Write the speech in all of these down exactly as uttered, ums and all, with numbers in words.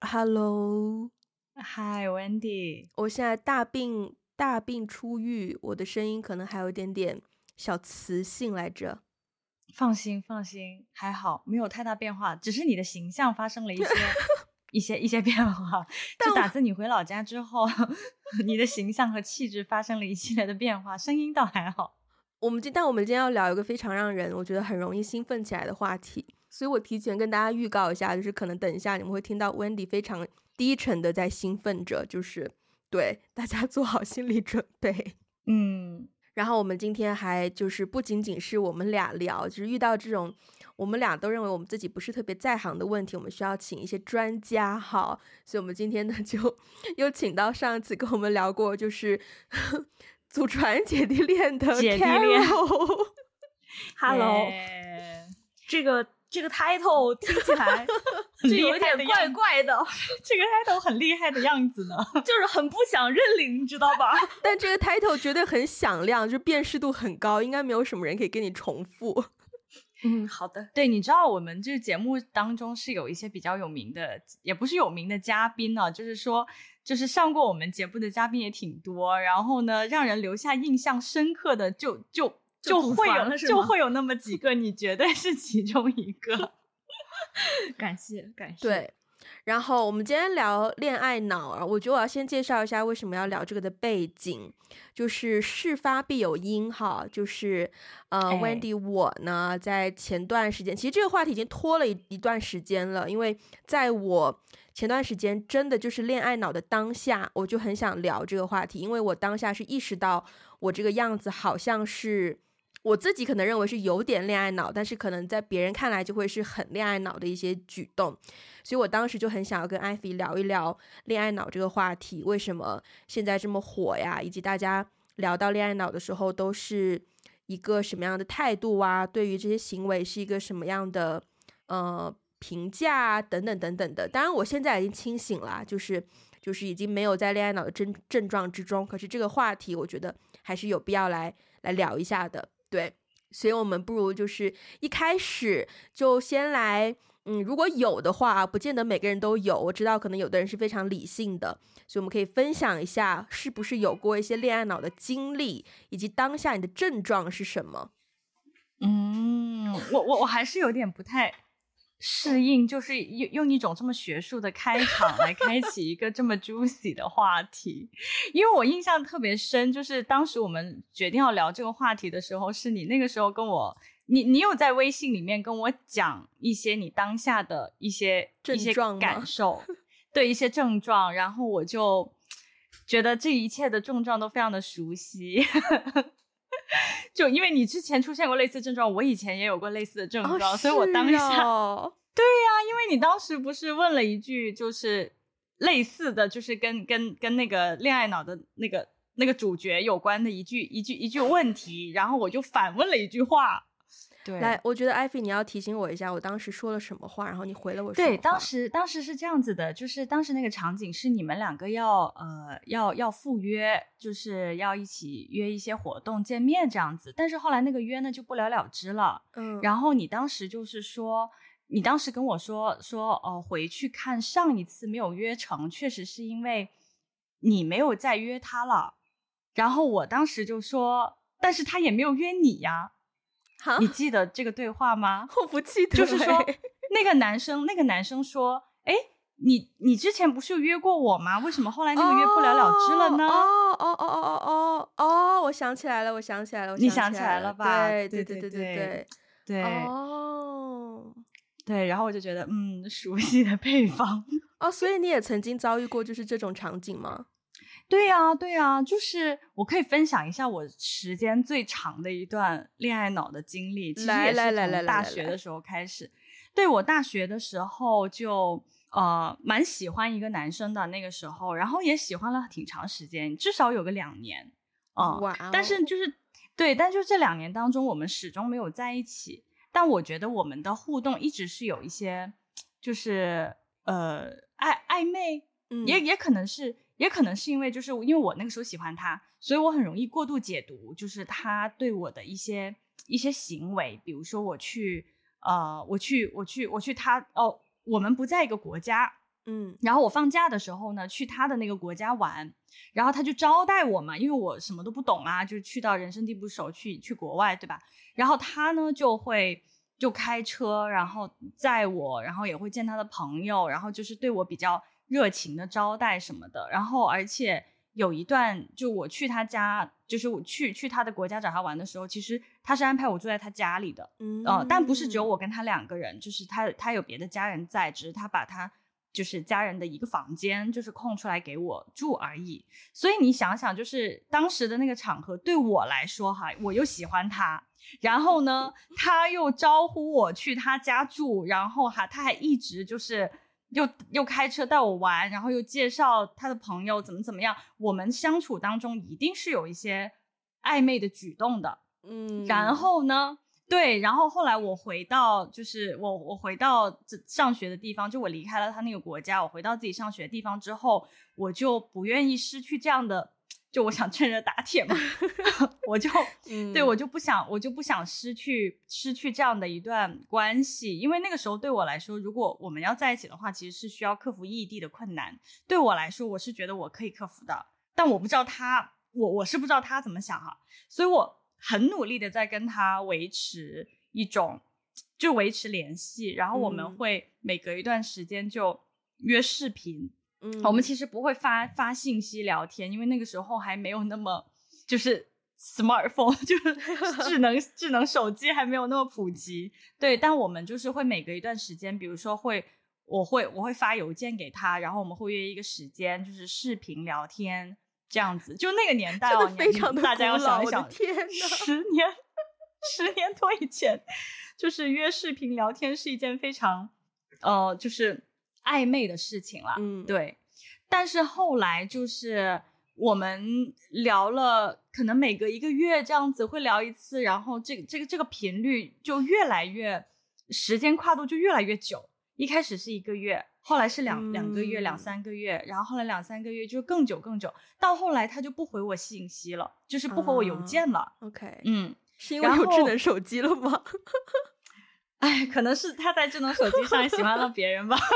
Hello， Hi Wendy， 我现在大病大病初愈，我的声音可能还有一点点小磁性来着。 放心放心，还好没有太大变化，只是你的形象发生了一些一些一些变化。就打自你回老家之后，你的形象和气质发生了一系列的变化，声音倒还好。 我们今但我们今天要聊一个非常让人我觉得很容易兴奋起来的话题，所以我提前跟大家预告一下，就是可能等一下你们会听到 Wendy 非常低沉的在兴奋着，就是对大家做好心理准备。 嗯， 然后我们今天还就是不仅仅是我们俩聊，就是遇到这种我们俩都认为我们自己不是特别在行的问题，我们需要请一些专家哈。所以我们今天呢就又请到上一次跟我们聊过就是祖传姐弟恋的 Carol。 Hello， 这个这个 title 听起来就有点怪怪的， 这个 title 很厉害的样子呢， 就是很不想认领，你知道吧？ 但这个 title 绝对很响亮，就辨识度很高，应该没有什么人可以跟你重复。 嗯，好的。 对，你知道我们这个节目当中是有一些比较有名的，也不是有名的嘉宾呢、啊，就是说就是上过我们节目的嘉宾也挺多，然后呢让人留下印象深刻的就就就会有就会有那么几个，你绝对是其中一个。 感谢感谢。 对，然后我们今天聊恋爱脑啊，我觉得我要先介绍一下为什么要聊这个的背景，就是事发必有因哈，就是呃、哎、Wendy 我呢在前段时间，其实这个话题已经拖了一一段时间了，因为在我前段时间真的就是恋爱脑的当下，我就很想聊这个话题，因为我当下是意识到我这个样子好像是我自己可能认为是有点恋爱脑，但是可能在别人看来就会是很恋爱脑的一些举动，所以我当时就很想要跟艾菲聊一聊恋爱脑这个话题，为什么现在这么火呀，以及大家聊到恋爱脑的时候都是一个什么样的态度啊，对于这些行为是一个什么样的呃评价啊，等等等等的。当然我现在已经清醒了，就是就是已经没有在恋爱脑的症症状之中，可是这个话题我觉得还是有必要来来聊一下的。对，所以我们不如就是一开始就先来嗯，如果有的话不见得每个人都有，我知道可能有的人是非常理性的，所以我们可以分享一下是不是有过一些恋爱脑的经历，以及当下你的症状是什么。 嗯，我我我还是有点不太适应，就是用用一种这么学术的开场来开启一个这么 juicy 的话题，因为我印象特别深，就是当时我们决定要聊这个话题的时候，是你那个时候跟我，你你有在微信里面跟我讲一些你当下的一些症状一些感受，对，一些症状，然后我就觉得这一切的症状都非常的熟悉。就因为你之前出现过类似症状，我以前也有过类似的症状、 哦、 所以我当下、 哦、 对呀、啊，因为你当时不是问了一句就是类似的，就是跟跟跟那个恋爱脑的那个那个主角有关的一句一句一句问题，然后我就反问了一句话。对， 来，我觉得艾菲你要提醒我一下我当时说了什么话，然后你回了我什么话。 对，当时当时是这样子的，就是当时那个场景是你们两个要呃要要赴约，就是要一起约一些活动见面这样子，但是后来那个约呢就不了了之了。 嗯， 然后你当时就是说你当时跟我说说哦、呃、回去看上一次没有约成，确实是因为你没有再约他了。然后我当时就说但是他也没有约你呀。你记得这个对话吗？ 我不记得。 就是说那个男生那个男生说诶你你之前不是有约过我吗？为什么后来那个约不了了之了呢？ 哦哦哦哦哦哦哦，我想起来了我想起来了我想起来了你想起来了吧？ 对对对对对对对哦对，然后我就觉得嗯熟悉的配方。 哦，所以你也曾经遭遇过就是这种场景吗？ 对呀、啊、对呀、啊，就是我可以分享一下我时间最长的一段恋爱脑的经历，其实也是从大学的时候开始。对，我大学的时候就呃蛮喜欢一个男生的，那个时候，然后也喜欢了挺长时间，至少有个两年。嗯， 哇哦！ 但是就是对，但就是这两年当中，我们始终没有在一起。但我觉得我们的互动一直是有一些，就是呃暧暧昧， 嗯、 也也可能是。也可能是因为就是因为我那个时候喜欢他，所以我很容易过度解读就是他对我的一些一些行为，比如说我去呃我去我去我去他哦我们不在一个国家， 嗯， 然后我放假的时候呢，去他的那个国家玩，然后他就招待我嘛，因为我什么都不懂啊，就去到人生地不熟，去去国外，对吧？然后他呢就会就开车，然后载我，然后也会见他的朋友，然后就是对我比较热情的招待什么的。然后而且有一段，就我去他家，就是我去去他的国家找他玩的时候，其实他是安排我住在他家里的， 嗯、 呃，但不是只有我跟他两个人，就是他他有别的家人在，只是他把他就是家人的一个房间就是空出来给我住而已。所以你想想，就是当时的那个场合对我来说哈，我又喜欢他，然后呢他又招呼我去他家住，然后哈他还一直就是又又开车带我玩，然后又介绍他的朋友怎么怎么样，我们相处当中一定是有一些暧昧的举动的。 嗯， 然后呢对，然后后来我回到就是我我回到上学的地方，就我离开了他那个国家，我回到自己上学的地方之后，我就不愿意失去这样的，就我想趁热打铁嘛我就、嗯、对我就不想我就不想失去失去这样的一段关系。因为那个时候对我来说，如果我们要在一起的话，其实是需要克服异地的困难。对我来说，我是觉得我可以克服的，但我不知道他我我是不知道他怎么想哈，所以我很努力的在跟他维持一种就维持联系，然后我们会每隔一段时间就约视频。嗯，我们其实不会发发信息聊天，因为那个时候还没有那么就是 smartphone 就是智能智能手机还没有那么普及。对，但我们就是会每隔一段时间，比如说会我会我会发邮件给他，然后我们会约一个时间就是视频聊天这样子。就那个年代哦， 非常的大家要想一想， 天哪， 十年十年多以前，就是约视频聊天是一件非常呃就是暧昧的事情啦。 嗯， 对。但是后来就是我们聊了，可能每隔一个月这样子会聊一次，然后这个这个这个频率就越来越，时间跨度就越来越久。一开始是一个月，后来是两、嗯、两个月两三个月，然后后来两三个月就更久更久，到后来他就不回我信息了，就是不回我邮件了。 uh, OK， 嗯， 是因为有智能手机了吗？ 哎，可能是他在智能手机上喜欢了别人吧。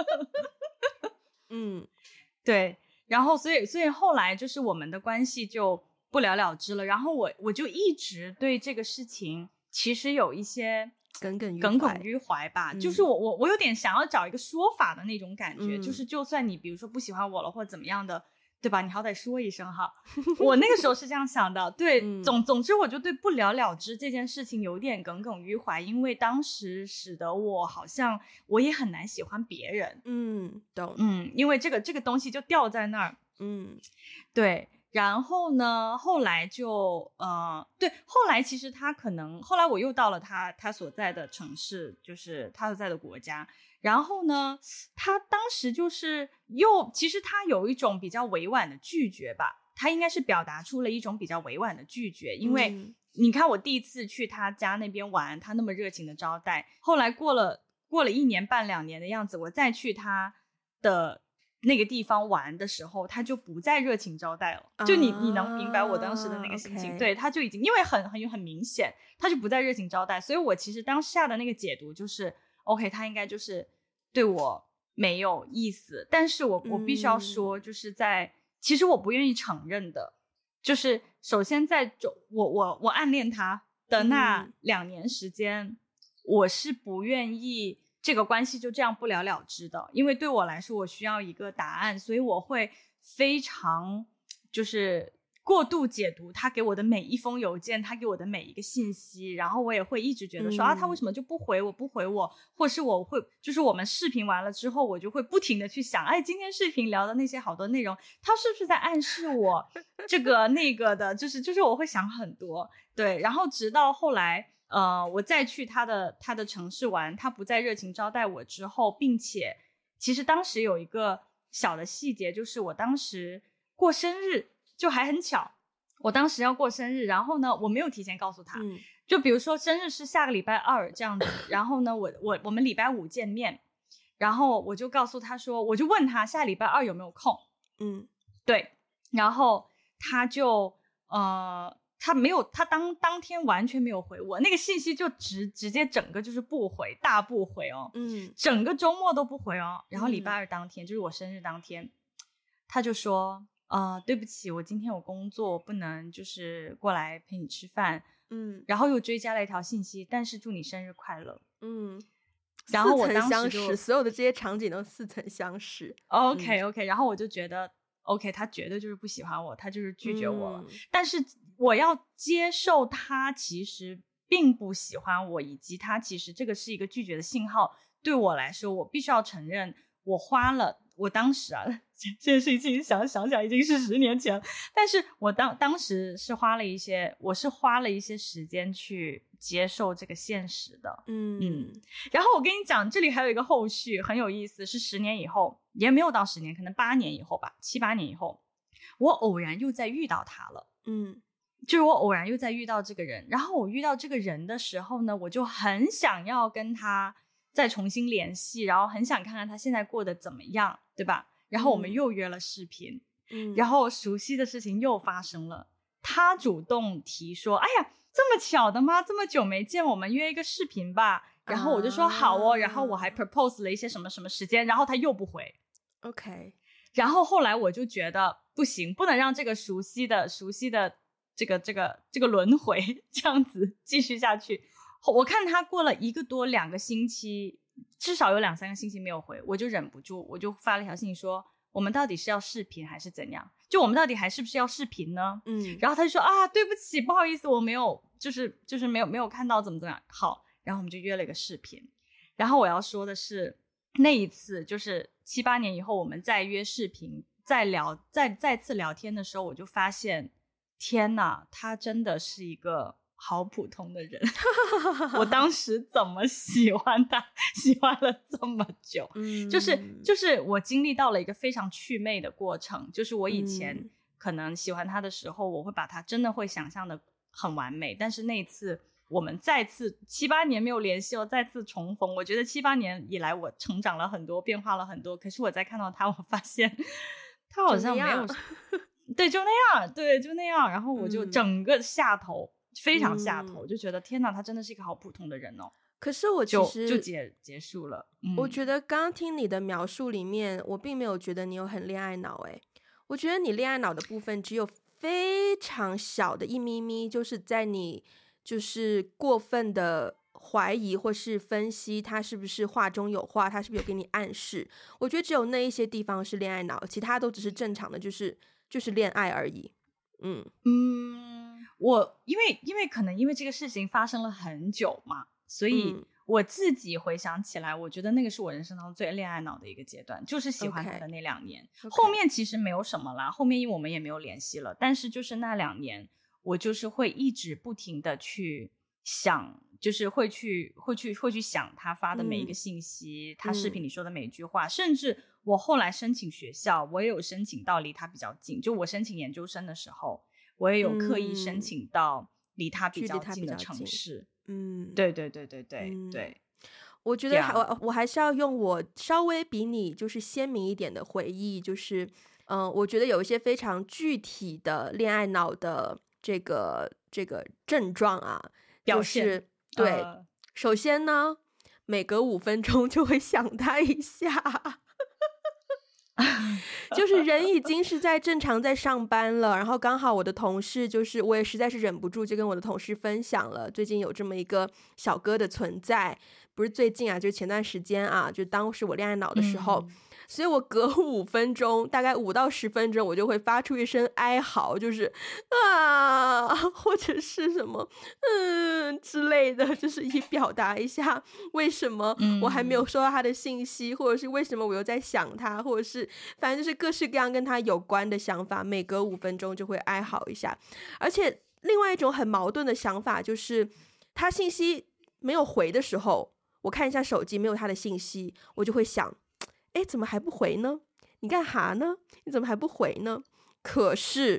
嗯， 对，然后所以所以后来就是我们的关系就不了了之了。然后我我就一直对这个事情其实有一些耿耿于耿耿于怀吧，嗯、就是我我我有点想要找一个说法的那种感觉，嗯、就是就算你比如说不喜欢我了或怎么样的，对吧？你好歹说一声哈。我那个时候是这样想的，对，嗯、总总之我就对不了了之这件事情有点耿耿于怀，因为当时使得我好像我也很难喜欢别人。 嗯，懂。 嗯，因为这个这个东西就掉在那儿。 嗯， 对。然后呢，后来就呃，对，后来其实他可能后来我又到了他他所在的城市，就是他所在的国家。然后呢，他当时就是又其实他有一种比较委婉的拒绝吧，他应该是表达出了一种比较委婉的拒绝，因为、嗯、你看我第一次去他家那边玩，他那么热情的招待，后来过了过了一年半两年的样子，我再去他的那个地方玩的时候，他就不再热情招待了。Uh, 就你你能明白我当时的那个心情？ okay. 对，他就已经因为很很很明显，他就不再热情招待，所以我其实当下的那个解读就是 OK， 他应该就是对我没有意思。但是我我必须要说，就是在、嗯、其实我不愿意承认的，就是首先在我我我暗恋他的那两年时间、嗯、我是不愿意这个关系就这样不了了之的，因为对我来说我需要一个答案，所以我会非常就是过度解读他给我的每一封邮件，他给我的每一个信息，然后我也会一直觉得说、嗯、啊他为什么就不回我不回我，或是我会就是我们视频完了之后，我就会不停的去想，哎今天视频聊的那些好多内容，他是不是在暗示我这个那个的，就是就是我会想很多。对，然后直到后来呃，我再去他的他的城市玩，他不再热情招待我之后，并且其实当时有一个小的细节，就是我当时过生日，就还很巧，我当时要过生日，然后呢我没有提前告诉他、嗯、就比如说生日是下个礼拜二这样子，然后呢我我我们礼拜五见面，然后我就告诉他说，我就问他下礼拜二有没有空。嗯，对，然后他就呃他没有，他当当天完全没有回我那个信息，就直直接整个就是不回，大不回哦， 嗯， 整个周末都不回哦。然后礼拜二当天、嗯、就是我生日当天，他就说，呃，对不起，我今天有工作，我不能就是过来陪你吃饭， 嗯， 然后又追加了一条信息，但是祝你生日快乐， 嗯。 然后我当时就所有的这些场景都似曾相识。 OK OK、嗯、然后我就觉得 OK 他绝对就是不喜欢我，他就是拒绝我了、嗯、但是我要接受他其实并不喜欢我，以及他其实这个是一个拒绝的信号。对我来说，我必须要承认，我花了我当时啊，这件事情想想起来已经是十年前了，但是我当当时是花了一些我是花了一些时间去接受这个现实的。 嗯嗯，然后我跟你讲，这里还有一个后续很有意思，是十年以后，也没有到十年，可能八年以后吧，七八年以后，我偶然又再遇到他了。 嗯， 就是我偶然又再遇到这个人，然后我遇到这个人的时候呢，我就很想要跟他再重新联系，然后很想看看他现在过得怎么样，对吧？然后我们又约了视频， 嗯， 然后熟悉的事情又发生了，他主动提说，哎呀，这么巧的吗？这么久没见，我们约一个视频吧。然后我就说好哦、啊、然后我还 propose 了一些什么什么时间，然后他又不回。 OK， 然后后来我就觉得不行，不能让这个熟悉的熟悉的这个这个这个轮回这样子继续下去。我看他过了一个多两个星期，至少有两三个星期没有回，我就忍不住，我就发了一条信息说，我们到底是要视频还是怎样，就我们到底还是不是要视频呢？ 嗯， 然后他就说啊，对不起，不好意思，我没有就是就是没有没有看到怎么怎么样。好，然后我们就约了一个视频。然后我要说的是，那一次就是七八年以后，我们再约视频再聊再再次聊天的时候，我就发现天哪，他真的是一个好普通的人。我当时怎么喜欢他喜欢了这么久、嗯、就是就是我经历到了一个非常祛魅的过程，就是我以前可能喜欢他的时候、嗯、我会把他真的会想象的很完美，但是那一次我们再次七八年没有联系了，再次重逢，我觉得七八年以来我成长了很多，变化了很多，可是我再看到他，我发现他好像没有对就那样对就那样，然后我就整个下头、嗯、非常下头、嗯、就觉得天哪，他真的是一个好普通的人哦。 可是我其实就就结结束了、嗯、 我觉得刚刚听你的描述里面，我并没有觉得你有很恋爱脑诶，我觉得你恋爱脑的部分只有非常小的一咪咪，就是在你就是过分的怀疑或是分析他是不是话中有话，他是不是有给你暗示，我觉得只有那一些地方是恋爱脑，其他都只是正常的，就是就是恋爱而已。嗯嗯，我因为因为可能因为这个事情发生了很久嘛，所以我自己回想起来、嗯、我觉得那个是我人生当中最恋爱脑的一个阶段，就是喜欢他的那两年、okay. 后面其实没有什么啦，后面因为我们也没有联系了，但是就是那两年我就是会一直不停的去想，就是会去会去会去想他发的每一个信息、嗯、他视频里说的每一句话、嗯、甚至我后来申请学校，我也有申请到离他比较近，就我申请研究生的时候，我也有刻意申请到离他比较近的城市。嗯，对对对对对、嗯、对。 我觉得还、yeah. 我, 我还是要用我稍微比你就是鲜明一点的回忆，就是嗯、呃，我觉得有一些非常具体的恋爱脑的这个这个症状啊， 表现、 就是对、 呃、 首先呢，每隔五分钟就会想他一下。就是人已经是在正常在上班了，然后刚好我的同事就是我也实在是忍不住就跟我的同事分享了最近有这么一个小哥的存在，不是最近啊，就是前段时间啊，就当时我恋爱脑的时候、嗯、所以我隔五分钟大概五到十分钟我就会发出一声哀嚎，就是啊或者是什么嗯之类的，就是以表达一下为什么我还没有收到他的信息、嗯、或者是为什么我又在想他，或者是反正就是各式各样跟他有关的想法，每隔五分钟就会哀嚎一下。而且另外一种很矛盾的想法就是他信息没有回的时候，我看一下手机没有他的信息，我就会想哎，怎么还不回呢？你干哈呢？你怎么还不回呢？可是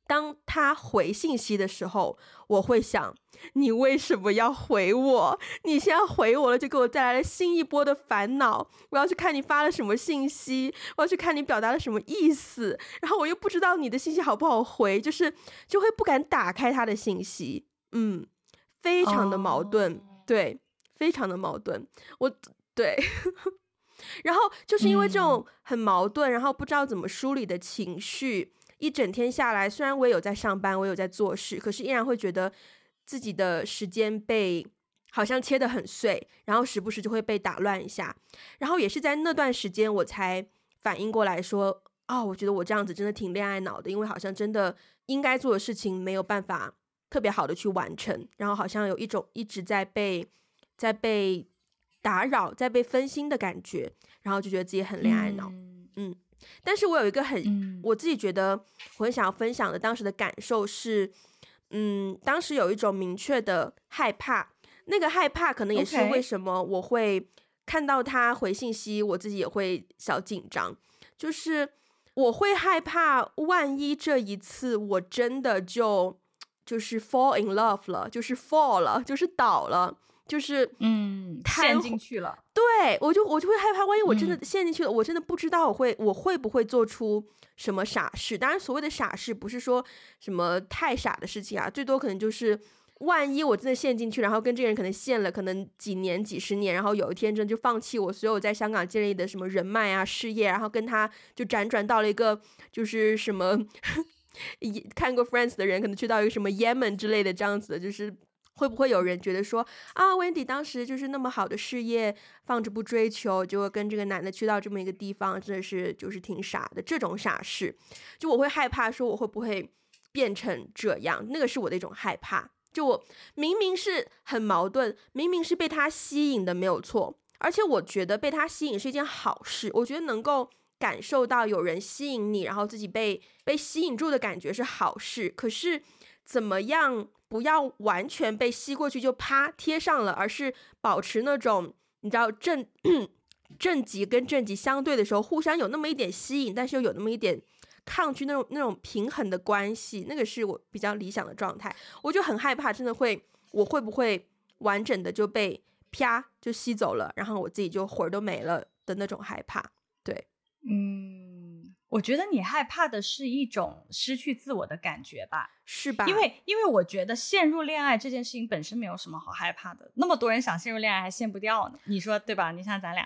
当他回信息的时候，我会想，你为什么要回我？你现在回我了，就给我带来了新一波的烦恼。我要去看你发了什么信息，我要去看你表达了什么意思，然后我又不知道你的信息好不好回，就是就会不敢打开他的信息。嗯，非常的矛盾，哦、对，非常的矛盾。我对。然后就是因为这种很矛盾、嗯、然后不知道怎么梳理的情绪，一整天下来，虽然我也有在上班，我有在做事，可是依然会觉得自己的时间被好像切得很碎，然后时不时就会被打乱一下。然后也是在那段时间我才反应过来说，哦，我觉得我这样子真的挺恋爱脑的，因为好像真的应该做的事情没有办法特别好的去完成，然后好像有一种一直在被在被打扰，在被分心的感觉，然后就觉得自己很恋爱脑。嗯, 嗯但是我有一个很、嗯、我自己觉得我很想要分享的当时的感受是，嗯，当时有一种明确的害怕，那个害怕可能也是为什么我会看到他回信息、okay. 我自己也会小紧张，就是我会害怕万一这一次我真的就就是 fall in love 了，就是 fall 了，就是倒了，就是嗯陷进去了。 对，我就我就会害怕，万一我真的陷进去了、嗯、我真的不知道我会我会不会做出什么傻事。当然所谓的傻事不是说什么太傻的事情啊，最多可能就是万一我真的陷进去，然后跟这个人可能陷了可能几年几十年，然后有一天真的就放弃我所有在香港建立的什么人脉啊事业，然后跟他就辗转到了一个就是什么看过 Friends 的人可能去到一个什么 Yemen 之类的这样子的，就是会不会有人觉得说啊 Wendy 当时就是那么好的事业放着不追求，就跟这个男的去到这么一个地方，真的是就是挺傻的，这种傻事就我会害怕说我会不会变成这样，那个是我的一种害怕。就我明明是很矛盾，明明是被他吸引的没有错，而且我觉得被他吸引是一件好事，我觉得能够感受到有人吸引你，然后自己被被吸引住的感觉是好事，可是怎么样不要完全被吸过去就啪贴上了，而是保持那种你知道正正极跟正极相对的时候互相有那么一点吸引，但是又有那么一点抗拒，那种那种平衡的关系，那个是我比较理想的状态。我就很害怕真的会我会不会完整的就被啪就吸走了，然后我自己就魂儿都没了的那种害怕。对， 嗯，我觉得你害怕的是一种失去自我的感觉吧， 是吧？ 因为因为我觉得陷入恋爱这件事情本身没有什么好害怕的，那么多人想陷入恋爱还陷不掉呢，你说对吧？你像咱俩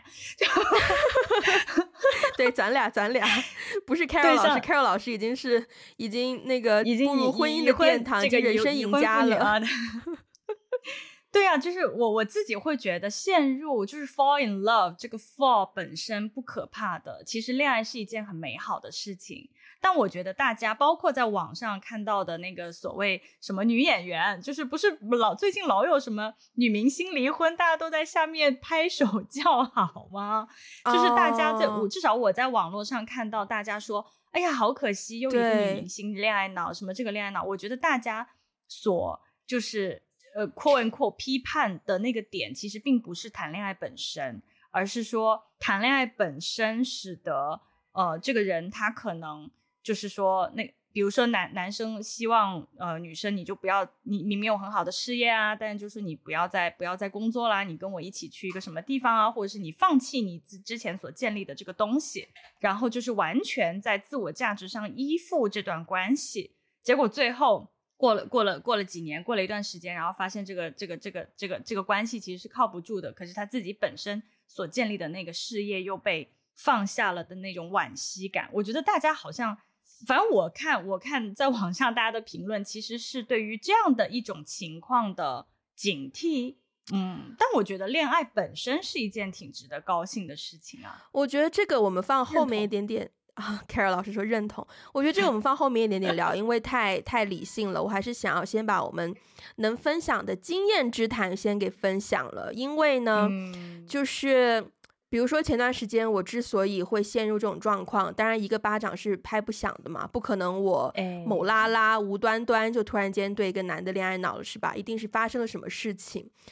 对，咱俩咱俩不是 Carol 老师 Carol 老师已经是已经那个已经步入婚姻的殿堂， 这个人生赢家了。 对啊，就是我我自己会觉得陷入就是 fall in love 这个 fall 本身不可怕的，其实恋爱是一件很美好的事情。但我觉得大家包括在网上看到的那个所谓什么女演员，就是不是老最近老有什么女明星离婚，大家都在下面拍手叫好吗？就是大家在、oh. 至少我在网络上看到大家说哎呀好可惜又一个女明星恋爱脑，什么这个恋爱脑，我觉得大家所就是呃 quote unquote 批判的那个点其实并不是谈恋爱本身，而是说谈恋爱本身使得呃这个人他可能就是说那比如说男男生希望呃女生你就不要你明明有很好的事业啊，但就是你不要再不要再工作啦，你跟我一起去一个什么地方啊，或者是你放弃你之前所建立的这个东西，然后就是完全在自我价值上依附这段关系，结果最后过了过了过了几年，过了一段时间，然后发现这个这个这个这个这个关系其实是靠不住的，可是他自己本身所建立的那个事业又被放下了的那种惋惜感，我觉得大家好像反正我看我看在网上大家的评论其实是对于这样的一种情况的警惕。嗯，但我觉得恋爱本身是一件挺值得高兴的事情啊。 我觉得这个我们放后面一点点啊 Carol 老师说认同，我觉得这个我们放后面一点点聊因为太太理性了，我还是想要先把我们能分享的经验之谈先给分享了。因为呢、嗯、就是比如说前段时间我之所以会陷入这种状况，当然一个巴掌是拍不响的嘛，不可能我某拉拉无端端就突然间对一个男的恋爱脑了，是吧？一定是发生了什么事情。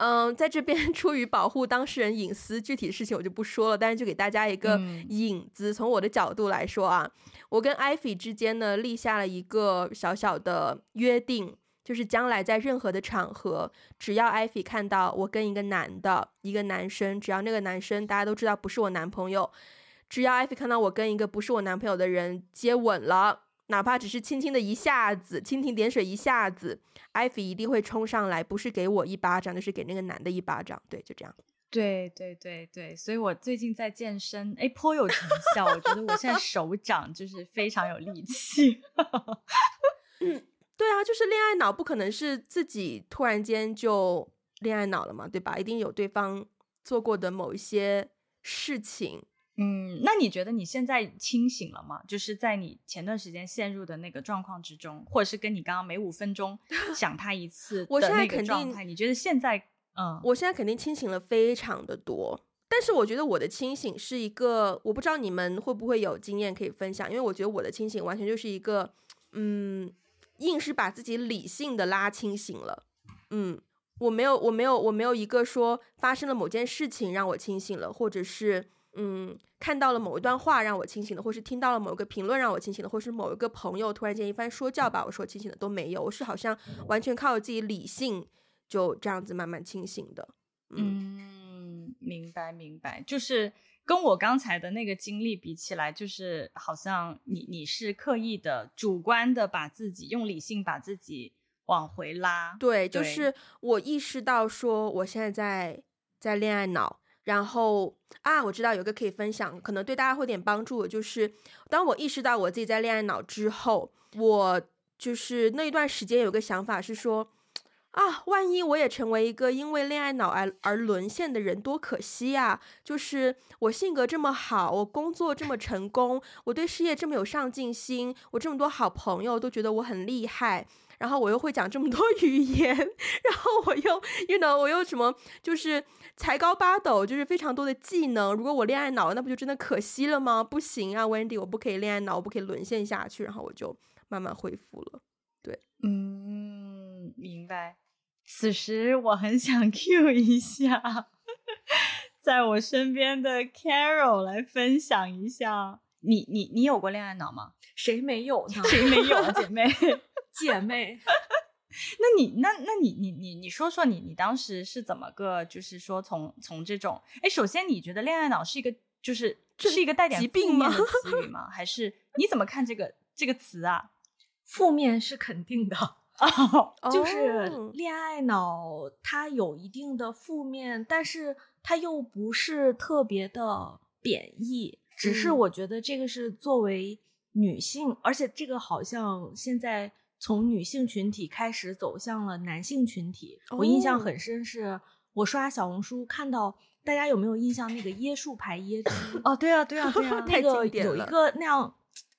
嗯，在这边出于保护当事人隐私，具体的事情我就不说了，但是就给大家一个引子。嗯、从我的角度来说啊，我跟艾菲之间呢立下了一个小小的约定，就是将来在任何的场合，只要艾菲看到我跟一个男的，一个男生，只要那个男生大家都知道不是我男朋友，只要艾菲看到我跟一个不是我男朋友的人接吻了，哪怕只是轻轻的一下子，蜻蜓点水一下子，艾菲一定会冲上来，不是给我一巴掌，就是给那个男的一巴掌。对，就这样。 对对对对，所以我最近在健身，哎，颇有成效。我觉得我现在手掌就是非常有力气。 嗯，对啊，就是恋爱脑不可能是自己突然间就恋爱脑了嘛，对吧？一定有对方做过的某一些事情。 嗯，那你觉得你现在清醒了吗？就是在你前段时间陷入的那个状况之中，或者是跟你刚刚每五分钟想他一次的那个状态，你觉得现在嗯， 我现在肯定清醒了非常的多。但是我觉得我的清醒是一个，我不知道你们会不会有经验可以分享，因为我觉得我的清醒完全就是一个嗯，硬是把自己理性的拉清醒了。嗯，我没有我没有我没有一个说发生了某件事情让我清醒了，或者是嗯，看到了某一段话让我清醒了，或是听到了某个评论让我清醒了，或是某一个朋友突然间一番说教把我说清醒了，都没有。我是好像完全靠自己理性就这样子慢慢清醒的。 嗯, 嗯，明白明白，就是跟我刚才的那个经历比起来，就是好像你你是刻意的主观的把自己用理性把自己往回拉。 对，就是我意识到说我现在在在恋爱脑。然后啊，我知道有个可以分享，可能对大家会有点帮助的，就是当我意识到我自己在恋爱脑之后，我就是那一段时间有个想法是说，啊，万一我也成为一个因为恋爱脑而而沦陷的人，多可惜啊！就是我性格这么好，我工作这么成功，我对事业这么有上进心，我这么多好朋友都觉得我很厉害。然后我又会讲这么多语言，然后我又 you know 我又什么就是才高八斗，就是非常多的技能，如果我恋爱脑那不就真的可惜了吗？不行啊 Wendy， 我不可以恋爱脑，我不可以沦陷下去。然后我就慢慢恢复了。对， 嗯，明白。此时我很想 cue 一下在我身边的 Carol 来分享一下，你你你有过恋爱脑吗？ 谁没有呢？ 谁没有啊，姐妹姐妹， 那你那那你你你你说说你你当时是怎么个，就是说从从这种，哎，首先你觉得恋爱脑是一个就是是一个带点负面的词语吗？还是你怎么看这个这个词啊？ 负面是肯定的。 哦， 就是恋爱脑它有一定的负面，但是它又不是特别的贬义，只是我觉得这个是作为女性、嗯、而且这个好像现在从女性群体开始走向了男性群体、哦、我印象很深，是我刷小红书看到，大家有没有印象那个椰树牌椰汁？ 哦，对啊对啊对啊那个有一个那样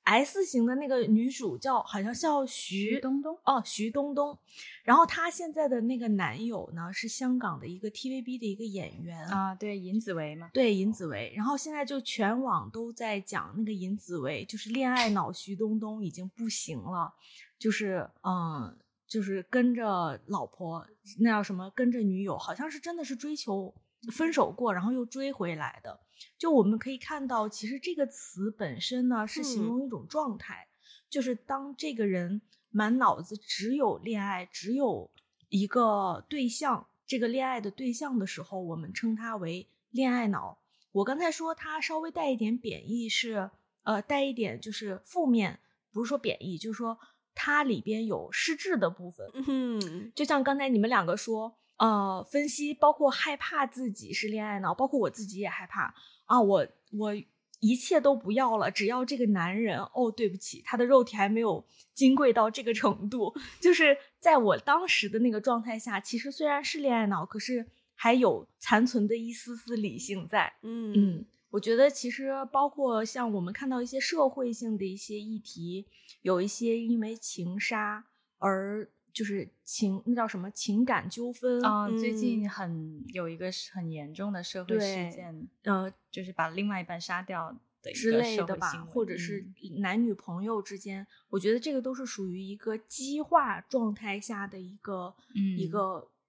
S 型的那个女主叫好像叫徐冬冬哦，徐冬冬。然后她现在的那个男友呢是香港的一个 T V B 的一个演员啊，对，尹子维嘛， 对，尹子维。然后现在就全网都在讲那个尹子维就是恋爱脑徐冬冬已经不行了，就是嗯，就是跟着老婆那叫什么，跟着女友，好像是真的是追求分手过，然后又追回来的。就我们可以看到，其实这个词本身呢是形容一种状态、嗯、就是当这个人满脑子只有恋爱，只有一个对象，这个恋爱的对象的时候，我们称它为恋爱脑。我刚才说它稍微带一点贬义，是呃带一点就是负面，不是说贬义，就是说它里边有失智的部分。 嗯， 就像刚才你们两个说呃，分析包括害怕自己是恋爱脑，包括我自己也害怕啊，我我一切都不要了，只要这个男人，哦，对不起，他的肉体还没有金贵到这个程度。就是在我当时的那个状态下，其实虽然是恋爱脑，可是还有残存的一丝丝理性在。 嗯嗯，我觉得其实包括像我们看到一些社会性的一些议题，有一些因为情杀而就是情那叫什么情感纠纷啊、嗯，最近很有一个很严重的社会事件，呃，就是把另外一半杀掉的一个之类的吧， 嗯、 或者是男女朋友之间，我觉得这个都是属于一个激化状态下的一个、嗯、一个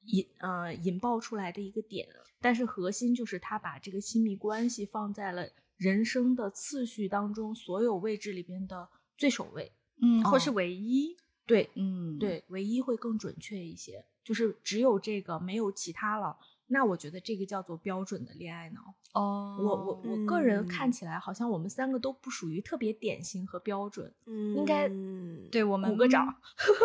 引呃引爆出来的一个点，但是核心就是他把这个亲密关系放在了人生的次序当中所有位置里边的最首位， 嗯， 哦、 或是唯一， 对， 嗯， 对，唯一会更准确一些，就是只有这个没有其他了，那我觉得这个叫做标准的恋爱脑。 哦， 我我我个人看起来好像我们三个都不属于特别典型和标准， 嗯， 应该对我们鼓个掌。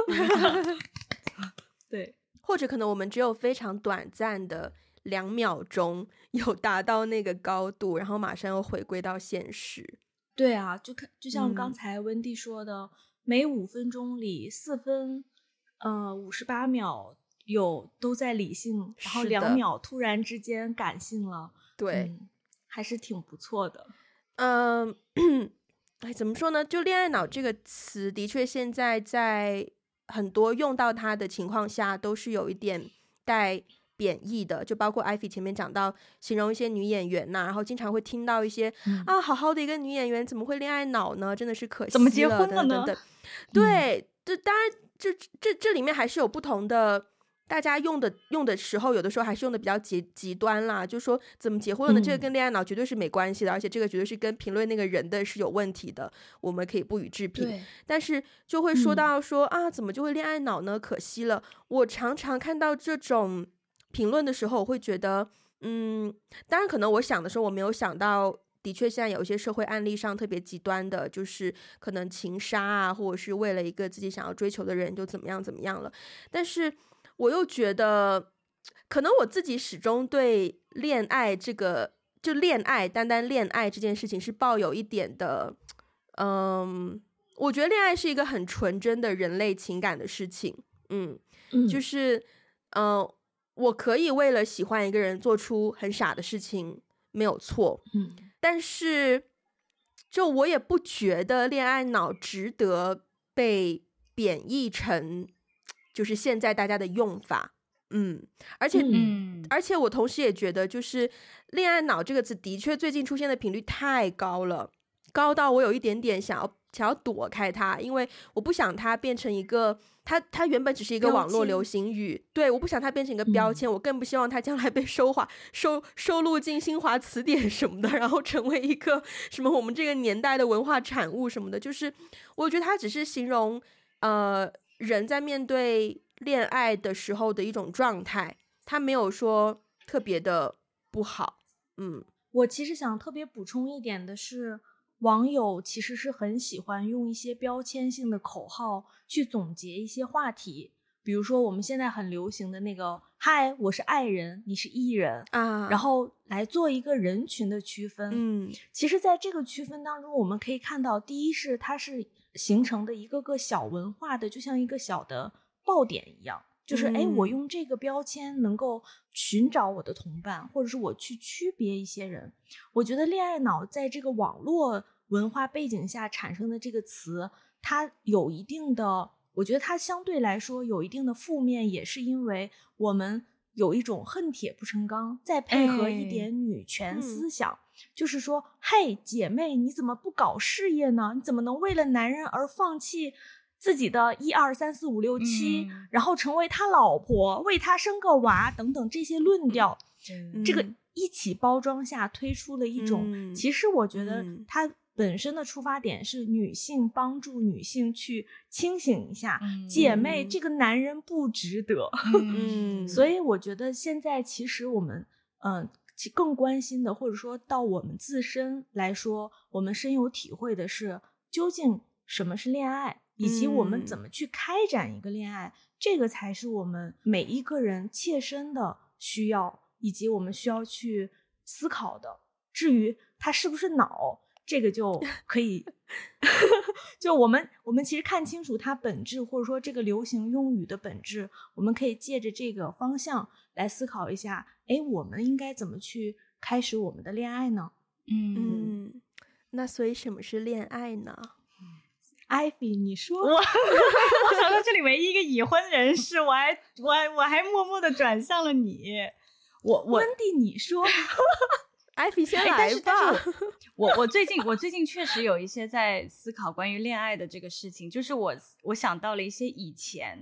对，或者可能我们只有非常短暂的两秒钟有达到那个高度，然后马上又回归到现实。 对啊，就看就像刚才温蒂说的，嗯、每五分钟里四分呃五十八秒有都在理性，然后两秒突然之间感性了。 对、 嗯，还是挺不错的。 嗯，哎，怎么说呢？就恋爱脑这个词，的确现在在很多用到它的情况下，都是有一点带贬义的。就包括艾菲前面讲到，形容一些女演员呐、啊，然后经常会听到一些、嗯、啊，好好的一个女演员怎么会恋爱脑呢？真的是可惜了， 怎么结婚了呢？ 等等。对，这、嗯、当然，这这这里面还是有不同的。大家用的用的时候，有的时候还是用的比较极极端啦，就说怎么结婚了呢？嗯、这个跟恋爱脑绝对是没关系的，而且这个绝对是跟评论那个人的是有问题的，我们可以不予置评。但是就会说到说、嗯、啊，怎么就会恋爱脑呢？可惜了。我常常看到这种评论的时候，我会觉得，嗯，当然可能我想的时候，我没有想到。的确，现在有一些社会案例上特别极端的，就是可能情杀啊，或者是为了一个自己想要追求的人就怎么样怎么样了。但是我又觉得，可能我自己始终对恋爱这个，就恋爱单单恋爱这件事情是抱有一点的，嗯，我觉得恋爱是一个很纯真的人类情感的事情，嗯， 嗯就是嗯、呃，我可以为了喜欢一个人做出很傻的事情，没有错， 嗯。 但是就我也不觉得恋爱脑值得被贬义成就是现在大家的用法，嗯，而且嗯， 而且我同时也觉得就是恋爱脑这个词的确最近出现的频率太高了，高到我有一点点想要想要躲开它，因为我不想它变成一个它它原本只是一个网络流行语，对，我不想它变成一个标签、嗯、我更不希望它将来被收华收收录进新华词典什么的，然后成为一个什么我们这个年代的文化产物什么的，就是我觉得它只是形容呃人在面对恋爱的时候的一种状态，它没有说特别的不好。嗯， 我其实想特别补充一点的是，网友其实是很喜欢用一些标签性的口号去总结一些话题，比如说我们现在很流行的那个嗨，我是爱人，你是艺人啊， 然后来做一个人群的区分。 嗯， 其实在这个区分当中，我们可以看到，第一是它是形成的一个个小文化的，就像一个小的爆点一样，就是哎、嗯，我用这个标签能够寻找我的同伴，或者是我去区别一些人。我觉得恋爱脑在这个网络文化背景下产生的这个词，它有一定的，我觉得它相对来说有一定的负面，也是因为我们有一种恨铁不成钢，再配合一点女权思想、哎嗯、就是说嘿姐妹，你怎么不搞事业呢？你怎么能为了男人而放弃自己的一二三四五六七、嗯、然后成为他老婆，为他生个娃等等这些论调、嗯、这个一起包装下推出了一种、嗯、其实我觉得它本身的出发点是女性帮助女性去清醒一下、嗯、姐妹这个男人不值得、嗯、所以我觉得现在其实我们嗯、呃更关心的，或者说到我们自身来说，我们深有体会的是究竟什么是恋爱，以及我们怎么去开展一个恋爱、嗯、这个才是我们每一个人切身的需要，以及我们需要去思考的。至于它是不是脑，这个就可以就我们我们其实看清楚它本质，或者说这个流行用语的本质，我们可以借着这个方向来思考一下，诶，我们应该怎么去开始我们的恋爱呢？ 嗯嗯，那所以什么是恋爱呢？ 艾菲，你说。 我我想到这里唯一一个已婚人士，我还我还我还默默的转向了你。我我温蒂，你说。 艾菲先来吧。 但是但是我我我最近我最近确实有一些在思考关于恋爱的这个事情，就是我我想到了一些以前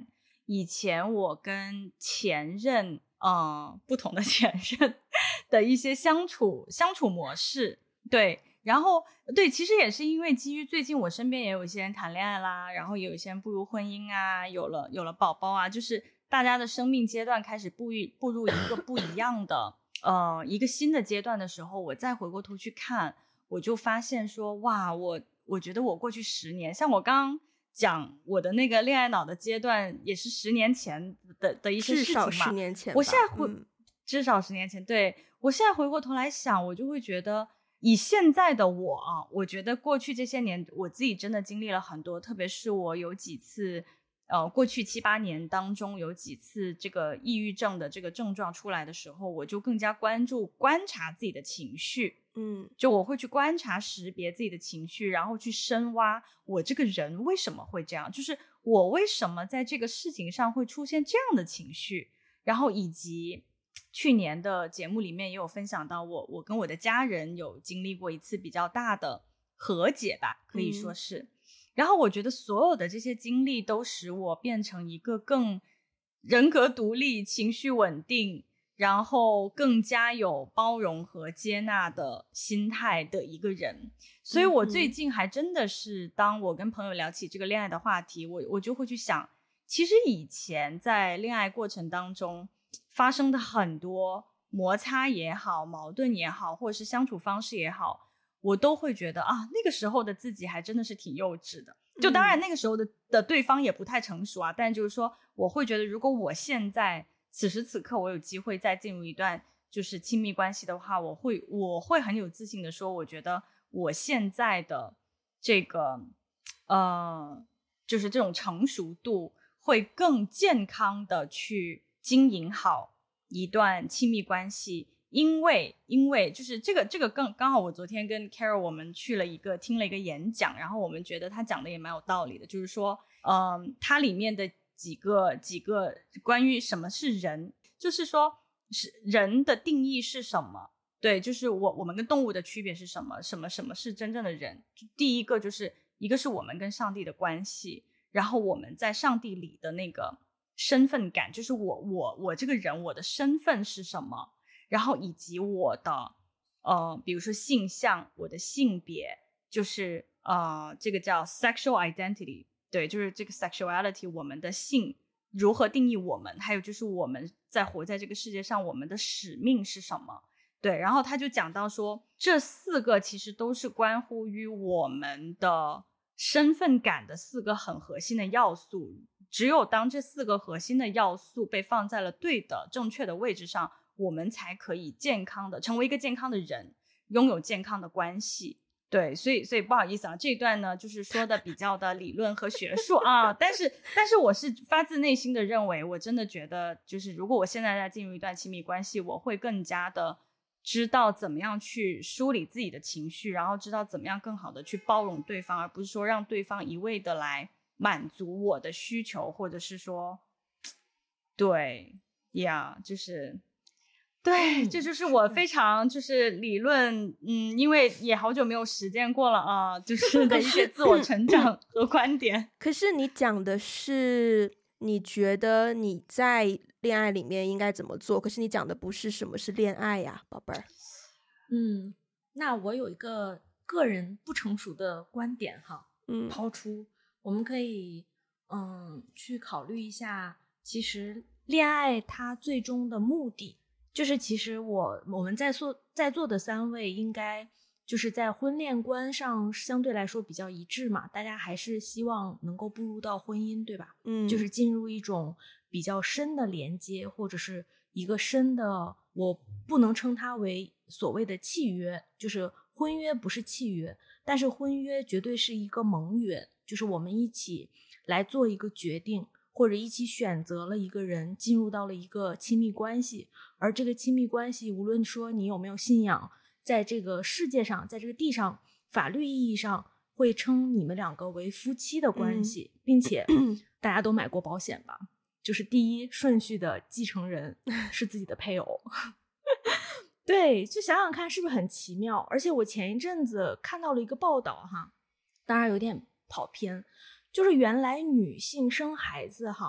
以前我跟前任呃不同的前任的一些相处相处模式。对，然后对，其实也是因为基于最近我身边也有一些人谈恋爱啦，然后也有一些人步入婚姻啊，有了有了宝宝啊，就是大家的生命阶段开始步入步入一个不一样的呃一个新的阶段的时候，我再回过头去看，我就发现说，哇，我我觉得我过去十年，像我刚刚讲我的那个恋爱脑的阶段，也是十年前的的一些事情嘛， 至少十年前吧， 我现在回、 嗯、 至少十年前，对，我现在回过头来想，我就会觉得。以现在的我啊，我觉得过去这些年我自己真的经历了很多，特别是我有几次呃，过去七八年当中有几次这个抑郁症的这个症状出来的时候，我就更加关注观察自己的情绪， 嗯， 就我会去观察识别自己的情绪，然后去深挖我这个人为什么会这样，就是我为什么在这个事情上会出现这样的情绪，然后以及去年的节目里面也有分享到我我跟我的家人有经历过一次比较大的和解吧，可以说是、嗯、然后我觉得所有的这些经历都使我变成一个更人格独立、情绪稳定，然后更加有包容和接纳的心态的一个人。所以我最近还真的是当我跟朋友聊起这个恋爱的话题，我我就会去想，其实以前在恋爱过程当中发生的很多摩擦也好，矛盾也好，或者是相处方式也好，我都会觉得啊，那个时候的自己还真的是挺幼稚的。就当然那个时候的的对方也不太成熟啊，但就是说我会觉得如果我现在此时此刻我有机会再进入一段就是亲密关系的话，我会我会很有自信的说，我觉得我现在的这个呃就是这种成熟度会更健康的去经营好一段亲密关系。因为因为就是这个这个更刚好我昨天跟 Carol 我们去了一个听了一个演讲，然后我们觉得他讲的也蛮有道理的，就是说嗯，它里面的几个几个关于什么是人，就是说是人的定义是什么，对，就是我我们跟动物的区别是什么，什么什么是真正的人。第一个就是一个是我们跟上帝的关系，然后我们在上帝里的那个身份感，就是我我我这个人我的身份是什么，然后以及我的呃，比如说性向，我的性别，就是呃，这个叫 sexual identity， 对，就是这个 sexuality， 我们的性如何定义我们，还有就是我们在活在这个世界上，我们的使命是什么？对，然后他就讲到说，这四个其实都是关乎于我们的身份感的四个很核心的要素。只有当这四个核心的要素被放在了对的正确的位置上，我们才可以健康的成为一个健康的人，拥有健康的关系。对，所以所以不好意思啊，这一段呢就是说的比较的理论和学术啊，但是但是我是发自内心的认为，我真的觉得就是如果我现在在进入一段亲密关系，我会更加的知道怎么样去梳理自己的情绪，然后知道怎么样更好的去包容对方，而不是说让对方一味的来满足我的需求，或者是说对呀、yeah, 就是对，这就是我非常就是理论，嗯，因为也好久没有实践过了啊，就是的一些自我成长和观点。 可是你讲的是你觉得你在恋爱里面应该怎么做，可是你讲的不是什么是恋爱呀，宝贝儿。 嗯，那我有一个个人不成熟的观点哈， 嗯， 抛出，我们可以嗯去考虑一下，其实恋爱它最终的目的。就是其实我我们在座在座的三位应该就是在婚恋观上相对来说比较一致嘛，大家还是希望能够步入到婚姻，对吧？ 嗯， 就是进入一种比较深的连接，或者是一个深的，我不能称它为所谓的契约，就是婚约不是契约，但是婚约绝对是一个盟约，就是我们一起来做一个决定，或者一起选择了一个人进入到了一个亲密关系，而这个亲密关系无论说你有没有信仰，在这个世界上，在这个地上，法律意义上会称你们两个为夫妻的关系、嗯、并且大家都买过保险吧，就是第一顺序的继承人是自己的配偶对，就想想看是不是很奇妙。而且我前一阵子看到了一个报道哈，当然有点跑偏，就是原来女性生孩子哈，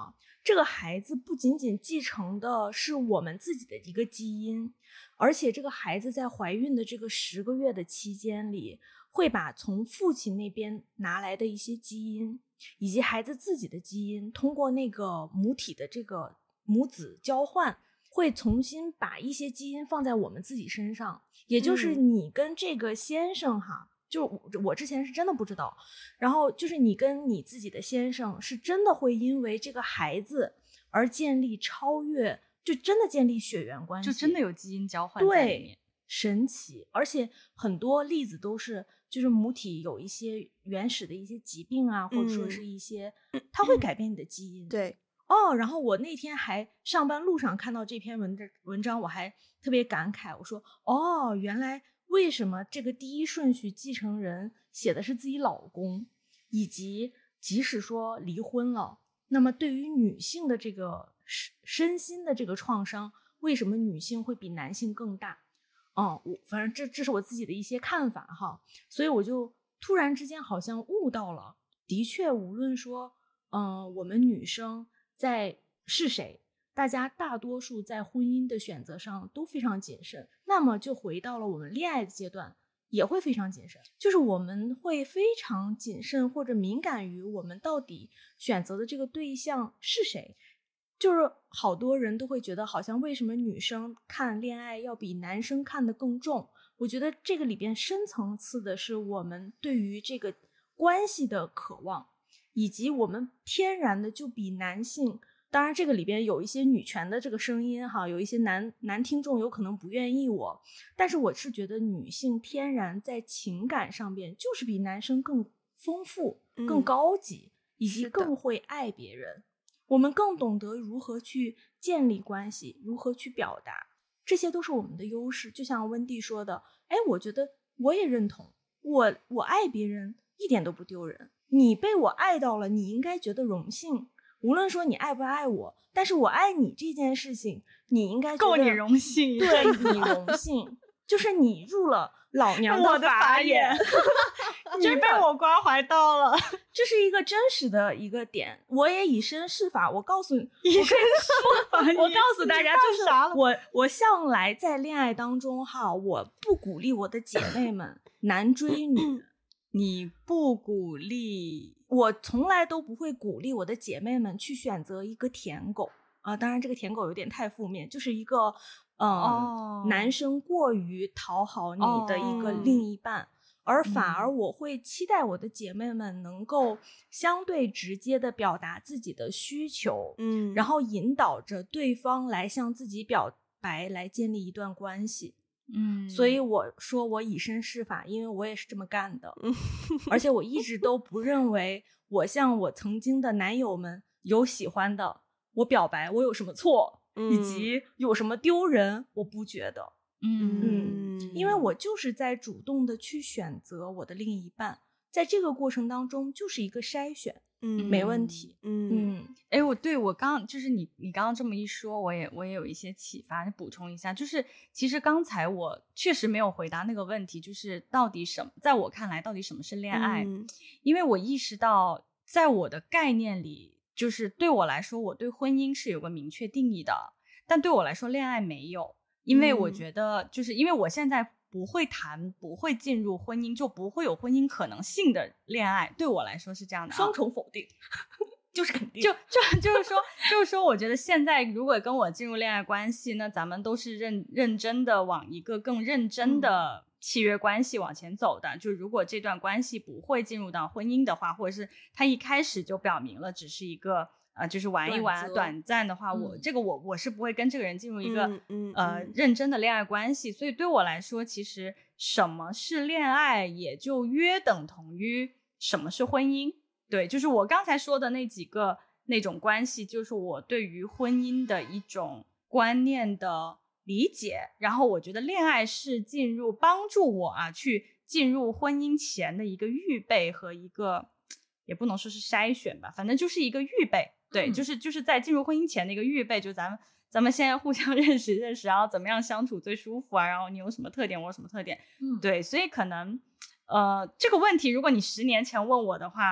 这个孩子不仅仅继承的是我们自己的一个基因，而且这个孩子在怀孕的这个十个月的期间里，会把从父亲那边拿来的一些基因以及孩子自己的基因，通过那个母体的这个母子交换，会重新把一些基因放在我们自己身上。也就是你跟这个先生哈、嗯、就我之前是真的不知道，然后就是你跟你自己的先生是真的会因为这个孩子而建立超越，就真的建立血缘关系， 就真的有基因交换在里面。 对，神奇。而且很多例子都是就是母体有一些原始的一些疾病啊、嗯、或者说是一些它会改变你的基因、 嗯、对哦。然后我那天还上班路上看到这篇文文章，我还特别感慨，我说哦，原来为什么这个第一顺序继承人写的是自己老公，以及即使说离婚了，那么对于女性的这个身心的这个创伤，为什么女性会比男性更大？哦，我反正这这是我自己的一些看法哈，所以我就突然之间好像悟到了，的确，无论说，嗯、呃，我们女生在是谁，大家大多数在婚姻的选择上都非常谨慎，那么就回到了我们恋爱的阶段，也会非常谨慎，就是我们会非常谨慎或者敏感于我们到底选择的这个对象是谁。就是好多人都会觉得好像为什么女生看恋爱要比男生看得更重，我觉得这个里边深层次的是我们对于这个关系的渴望，以及我们天然的就比男性，当然这个里边有一些女权的这个声音哈，有一些男男听众有可能不愿意我，但是我是觉得女性天然在情感上边就是比男生更丰富、嗯、更高级，以及更会爱别人，我们更懂得如何去建立关系，如何去表达，这些都是我们的优势。就像温蒂说的，哎，我觉得我也认同，我我爱别人一点都不丢人，你被我爱到了，你应该觉得荣幸。无论说你爱不爱我，但是我爱你这件事情，你应该觉得够你荣幸， 对你荣幸，就是你入了老娘的法眼。 你被我关怀到了， 这是一个真实的一个点。我也以身试法，我告诉你， 以身试法， 我告诉大家，就是我我向来在恋爱当中哈，我不鼓励我的姐妹们男追女。 你不鼓励， 我从来都不会鼓励我的姐妹们去选择一个舔狗啊、呃。当然，这个舔狗有点太负面，就是一个嗯、呃 oh. 男生过于讨好你的一个另一半。Oh.而反而我会期待我的姐妹们能够相对直接的表达自己的需求，嗯，然后引导着对方来向自己表白，来建立一段关系，嗯，所以我说我以身试法，因为我也是这么干的，而且我一直都不认为我向我曾经的男友们有喜欢的，我表白我有什么错，嗯、以及有什么丢人，我不觉得。嗯嗯，因为我就是在主动的去选择我的另一半，在这个过程当中就是一个筛选，嗯，没问题，嗯嗯。哎，我对我刚就是你你刚刚这么一说，我也我也有一些启发，补充一下，就是其实刚才我确实没有回答那个问题，就是到底什么，在我看来到底什么是恋爱？嗯、因为我意识到，在我的概念里，就是对我来说，我对婚姻是有个明确定义的，但对我来说，恋爱没有。因为我觉得就是因为我现在不会谈不会进入婚姻，就不会有婚姻可能性的恋爱，对我来说是这样的、啊、 双重否定就是肯定就就就是说就是说我觉得现在如果跟我进入恋爱关系，那咱们都是认认真的往一个更认真的契约关系往前走的、嗯、就如果这段关系不会进入到婚姻的话，或者是他一开始就表明了只是一个呃，就是玩一玩短暂的话，我、嗯、这个我我是不会跟这个人进入一个、嗯嗯、呃认真的恋爱关系，所以对我来说，其实什么是恋爱，也就约等同于什么是婚姻。对，就是我刚才说的那几个那种关系，就是我对于婚姻的一种观念的理解。然后我觉得恋爱是进入帮助我啊去进入婚姻前的一个预备和一个，也不能说是筛选吧，反正就是一个预备。对，就是就是在进入婚姻前的一个预备，就咱们咱们现在互相认识认识，然后怎么样相处最舒服啊，然后你有什么特点，我有什么特点，嗯，对，所以可能呃这个问题如果你十年前问我的话，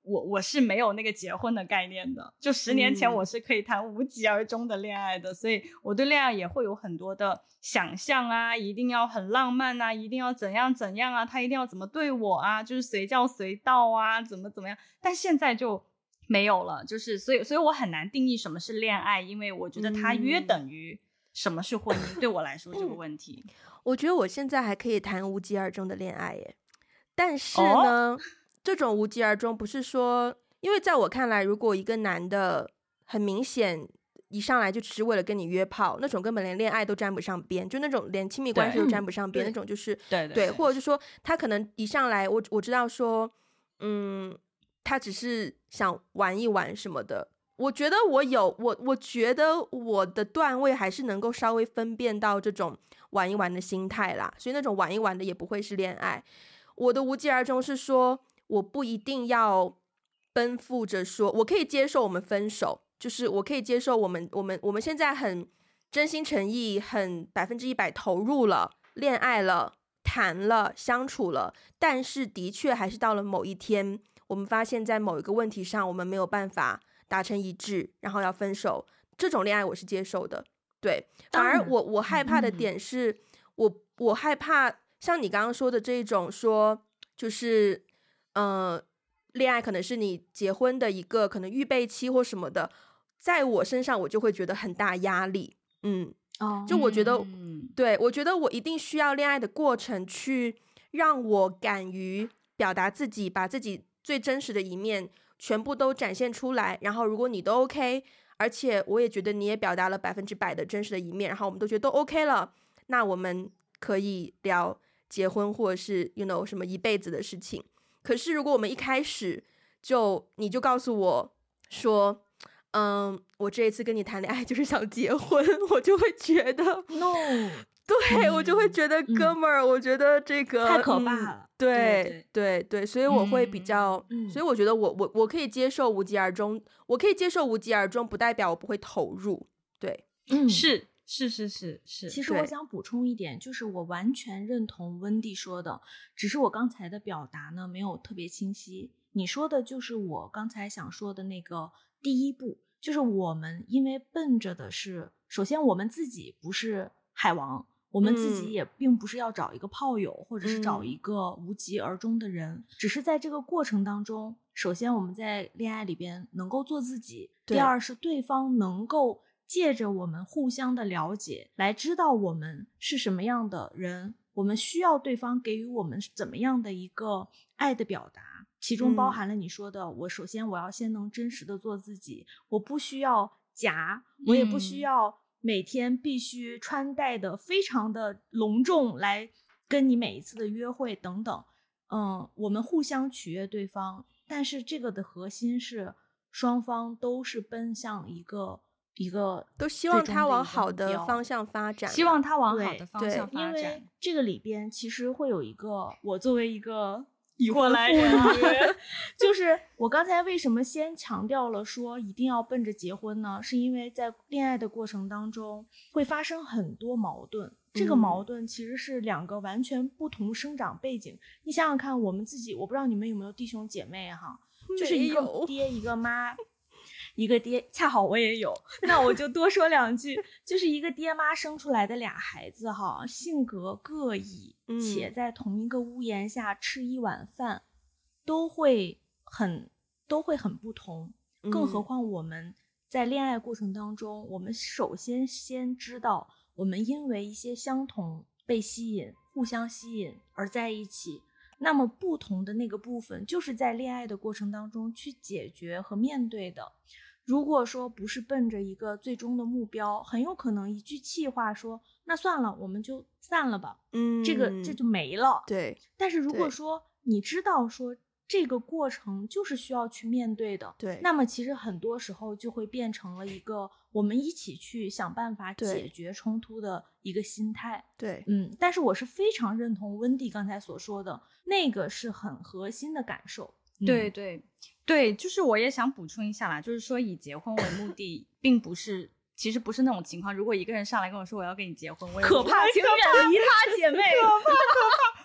我我是没有那个结婚的概念的，就十年前我是可以谈无疾而终的恋爱的、嗯、所以我对恋爱也会有很多的想象啊，一定要很浪漫啊，一定要怎样怎样啊，他一定要怎么对我啊，就是随叫随到啊，怎么怎么样。但现在就没有了，就是所以所以我很难定义什么是恋爱，因为我觉得它约等于什么是婚姻、嗯、对我来说这个问题、嗯、 我觉得我现在还可以谈无疾而终的恋爱耶，但是呢、哦这种无疾而终不是说，因为在我看来，如果一个男的很明显一上来就只是为了跟你约炮，那种根本连恋爱都沾不上边，就那种连亲密关系都沾不上边，那种就是对 对, 对, 对，或者是说他可能一上来，我我知道说，嗯，他只是想玩一玩什么的。我觉得我有我我觉得我的段位还是能够稍微分辨到这种玩一玩的心态啦，所以那种玩一玩的也不会是恋爱。我的无疾而终是说，我不一定要奔赴着说，我可以接受我们分手，就是我可以接受我们我们我们现在很真心诚意，很百分之一百投入了，恋爱了，谈了，相处了，但是的确还是到了某一天，我们发现在某一个问题上我们没有办法达成一致，然后要分手，这种恋爱我是接受的。对，反而我我害怕的点是、嗯、我我害怕像你刚刚说的这种说就是呃，恋爱可能是你结婚的一个可能预备期或什么的，在我身上我就会觉得很大压力。嗯，哦，就我觉得、嗯、对，我觉得我一定需要恋爱的过程去让我敢于表达自己，把自己最真实的一面全部都展现出来，然后如果你都 OK， 而且我也觉得你也表达了百分之百的真实的一面，然后我们都觉得都 OK 了，那我们可以聊结婚或者是 you know 什么一辈子的事情。可是如果我们一开始就你就告诉我说嗯，我这一次跟你谈恋爱就是想结婚，我就会觉得 no 对、嗯、我就会觉得哥们儿、嗯、我觉得这个太可怕了、 嗯、对对 对, 对所以我会比较、嗯、所以我觉得我我我可以接受无疾而终，我可以接受无疾而终不代表我不会投入。对， 嗯，是是是是是。 其实我想补充一点，就是我完全认同温蒂说的，只是我刚才的表达呢没有特别清晰。你说的就是我刚才想说的那个第一步，就是我们因为奔着的是，首先我们自己不是海王，我们自己也并不是要找一个炮友、嗯、或者是找一个无疾而终的人、嗯、只是在这个过程当中，首先我们在恋爱里边能够做自己，第二是对方能够借着我们互相的了解来知道我们是什么样的人，我们需要对方给予我们怎么样的一个爱的表达，其中包含了你说的、嗯、我首先我要先能真实的做自己，我不需要假，我也不需要每天必须穿戴的非常的隆重来跟你每一次的约会等等。嗯，我们互相取悦对方，但是这个的核心是双方都是奔向一个一个都希望他往好的方向发展， 希望他往好的方向发展。 因为这个里边其实会有一个，我作为一个已婚妇女就是我刚才为什么先强调了说一定要奔着结婚呢？是因为在恋爱的过程当中会发生很多矛盾，这个矛盾其实是两个完全不同生长背景、嗯、你想想看，我们自己，我不知道你们有没有弟兄姐妹哈，就是一个爹一个妈一个爹，恰好我也有，那我就多说两句就是一个爹妈生出来的俩孩子哈，性格各异、嗯、且在同一个屋檐下吃一碗饭都会很都会很不同、嗯、更何况我们在恋爱过程当中，我们首先先知道我们因为一些相同被吸引，互相吸引而在一起，那么不同的那个部分就是在恋爱的过程当中去解决和面对的。如果说不是奔着一个最终的目标，很有可能一句气话说那算了我们就散了吧，嗯，这个这就没了。 对， 但是如果说你知道说这个过程就是需要去面对的，对，那么其实很多时候就会变成了一个我们一起去想办法解决冲突的一个心态。 对， 嗯，但是我是非常认同温蒂刚才所说的那个是很核心的感受。 嗯、对对对，就是我也想补充一下啦，就是说以结婚为目的并不是其实不是那种情况，如果一个人上来跟我说我要跟你结婚，我也可怕，请远离他姐妹可怕可怕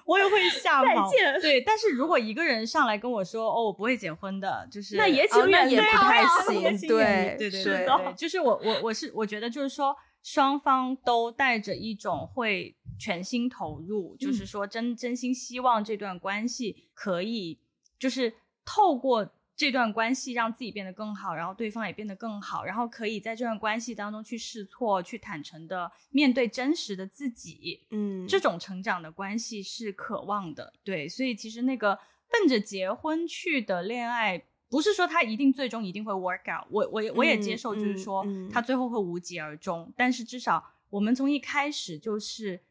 我也会吓跑。 再见。对，但是如果一个人上来跟我说哦我不会结婚的，就是那也请远离， 也不太行。 对对对对对，就是我我我是我觉得就是说双方都带着一种会全心投入，嗯、就是说真真心希望这段关系可以就是透过这段关系让自己变得更好，然后对方也变得更好，然后可以在这段关系当中去试错，去坦诚的面对真实的自己。 嗯， 这种成长的关系是渴望的。对，所以其实那个奔着结婚去的恋爱，不是说他一定最终一定会 work out， 我我我也接受，就是说他最后会无疾而终，嗯嗯、但是至少我们从一开始就是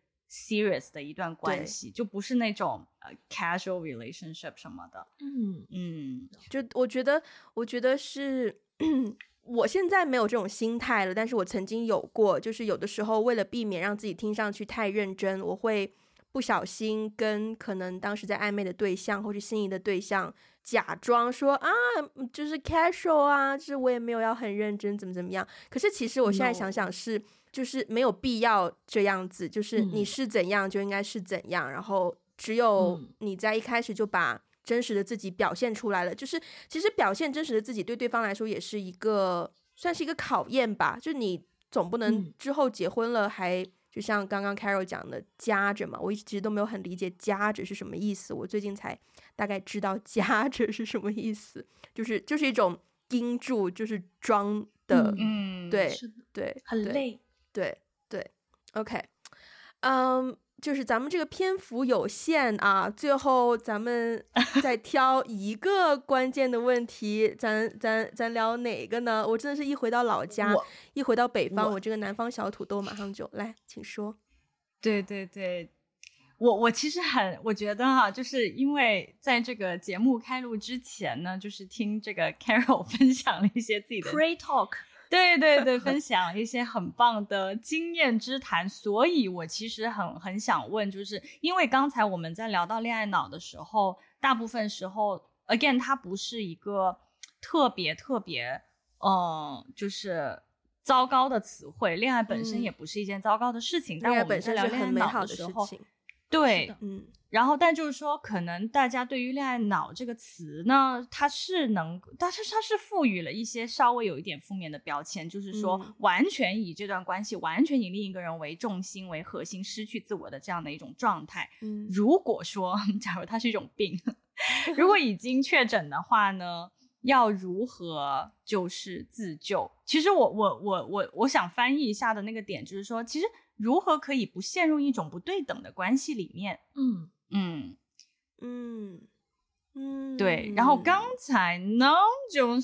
serious 的一段关系，就不是那种、uh, casual relationship 什么的。 嗯嗯， 就我觉得我觉得是我现在没有这种心态了，但是我曾经有过，就是有的时候为了避免让自己听上去太认真，我会不小心跟可能当时在暧昧的对象或是心仪的对象假装说啊就是 casual 啊，就是我也没有要很认真怎么怎么样，可是其实我现在想想是、no. 就是没有必要这样子，就是你是怎样就应该是怎样、嗯、然后只有你在一开始就把真实的自己表现出来了，就是其实表现真实的自己对对方来说也是一个算是一个考验吧，就你总不能之后结婚了还、嗯、就像刚刚 Carol 讲的夹着嘛，我一直都没有很理解夹着是什么意思，我最近才大概知道夹着是什么意思，就是就是一种盯住，就是装的， 嗯， 对是的， 对， 很累， 对对 OK 嗯、um, 就是咱们这个篇幅有限啊，最后咱们再挑一个关键的问题咱咱咱聊哪个呢？我真的是一回到老家一回到北方 我, 我这个南方小土豆马上就来请说。 对对对，我我其实很我觉得哈、啊，就是因为在这个节目开录之前呢，就是听这个 Carol 分享了一些自己的 pre talk， 对对对，分享一些很棒的经验之谈，所以我其实很很想问，就是因为刚才我们在聊到恋爱脑的时候，大部分时候 again 它不是一个特别特别嗯就是糟糕的词汇，恋爱本身也不是一件糟糕的事情、嗯、但我们在聊恋爱脑的时候，对，嗯，然后但就是说可能大家对于恋爱脑这个词呢，它是能但是它是赋予了一些稍微有一点负面的标签，就是说、嗯、完全以这段关系完全以另一个人为重心为核心，失去自我的这样的一种状态。嗯，如果说假如它是一种病如果已经确诊的话呢，要如何就是自救？其实我我我我我想翻译一下的那个点就是说，其实如何可以不陷入一种不对等的关系里面？ 嗯嗯嗯嗯， 对。然后刚才呢，就是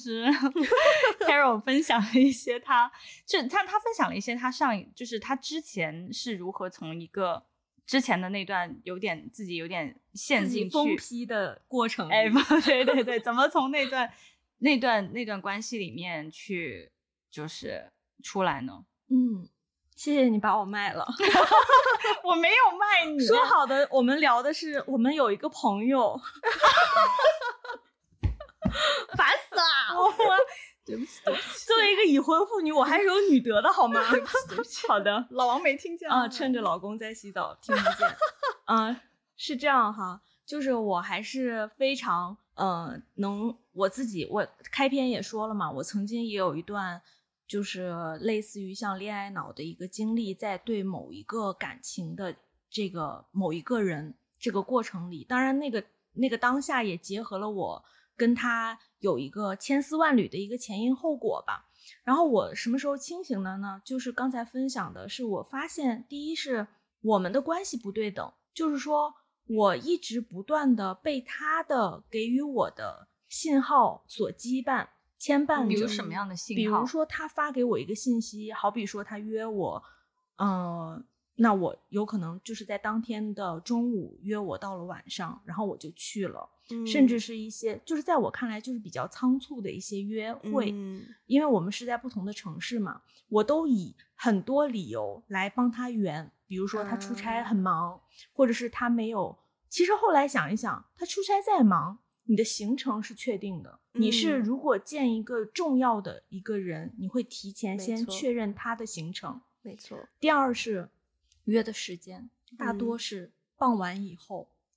Carol 分享了一些他，就他他分享了一些他上就是他之前是如何从一个之前的那段有点自己有点陷进去疯批的过程， 哎，对对对，怎么从那段那段那段关系里面去就是出来呢？ 嗯。谢谢你把我卖了我没有卖你， 说好的我们聊的是我们有一个朋友烦死了我对不起对不起， 作为一个已婚妇女我还是有女德的好吗？ 对不起对不起， 好的， 老王没听见啊，趁着老公在洗澡听不见啊，是这样哈，就是我还是非常呃能我自己，我开篇也说了嘛，我曾经也有一段就是类似于像恋爱脑的一个经历，在对某一个感情的这个某一个人这个过程里，当然那个那个当下也结合了我跟他有一个千丝万缕的一个前因后果吧。然后我什么时候清醒的呢？就是刚才分享的是我发现，第一是我们的关系不对等，就是说我一直不断的被他的给予我的信号所羁绊牵绊着。 比如什么样的信号？ 比如说他发给我一个信息，好比说他约我嗯、呃，那我有可能就是在当天的中午约我到了晚上，然后我就去了、嗯、甚至是一些就是在我看来就是比较仓促的一些约会、嗯、因为我们是在不同的城市嘛，我都以很多理由来帮他圆，比如说他出差很忙、嗯、或者是他没有，其实后来想一想，他出差再忙你的行程是确定的、嗯、你是如果见一个重要的一个人，你会提前先确认他的行程， 没错。 第二是约的时间大多是傍晚以后、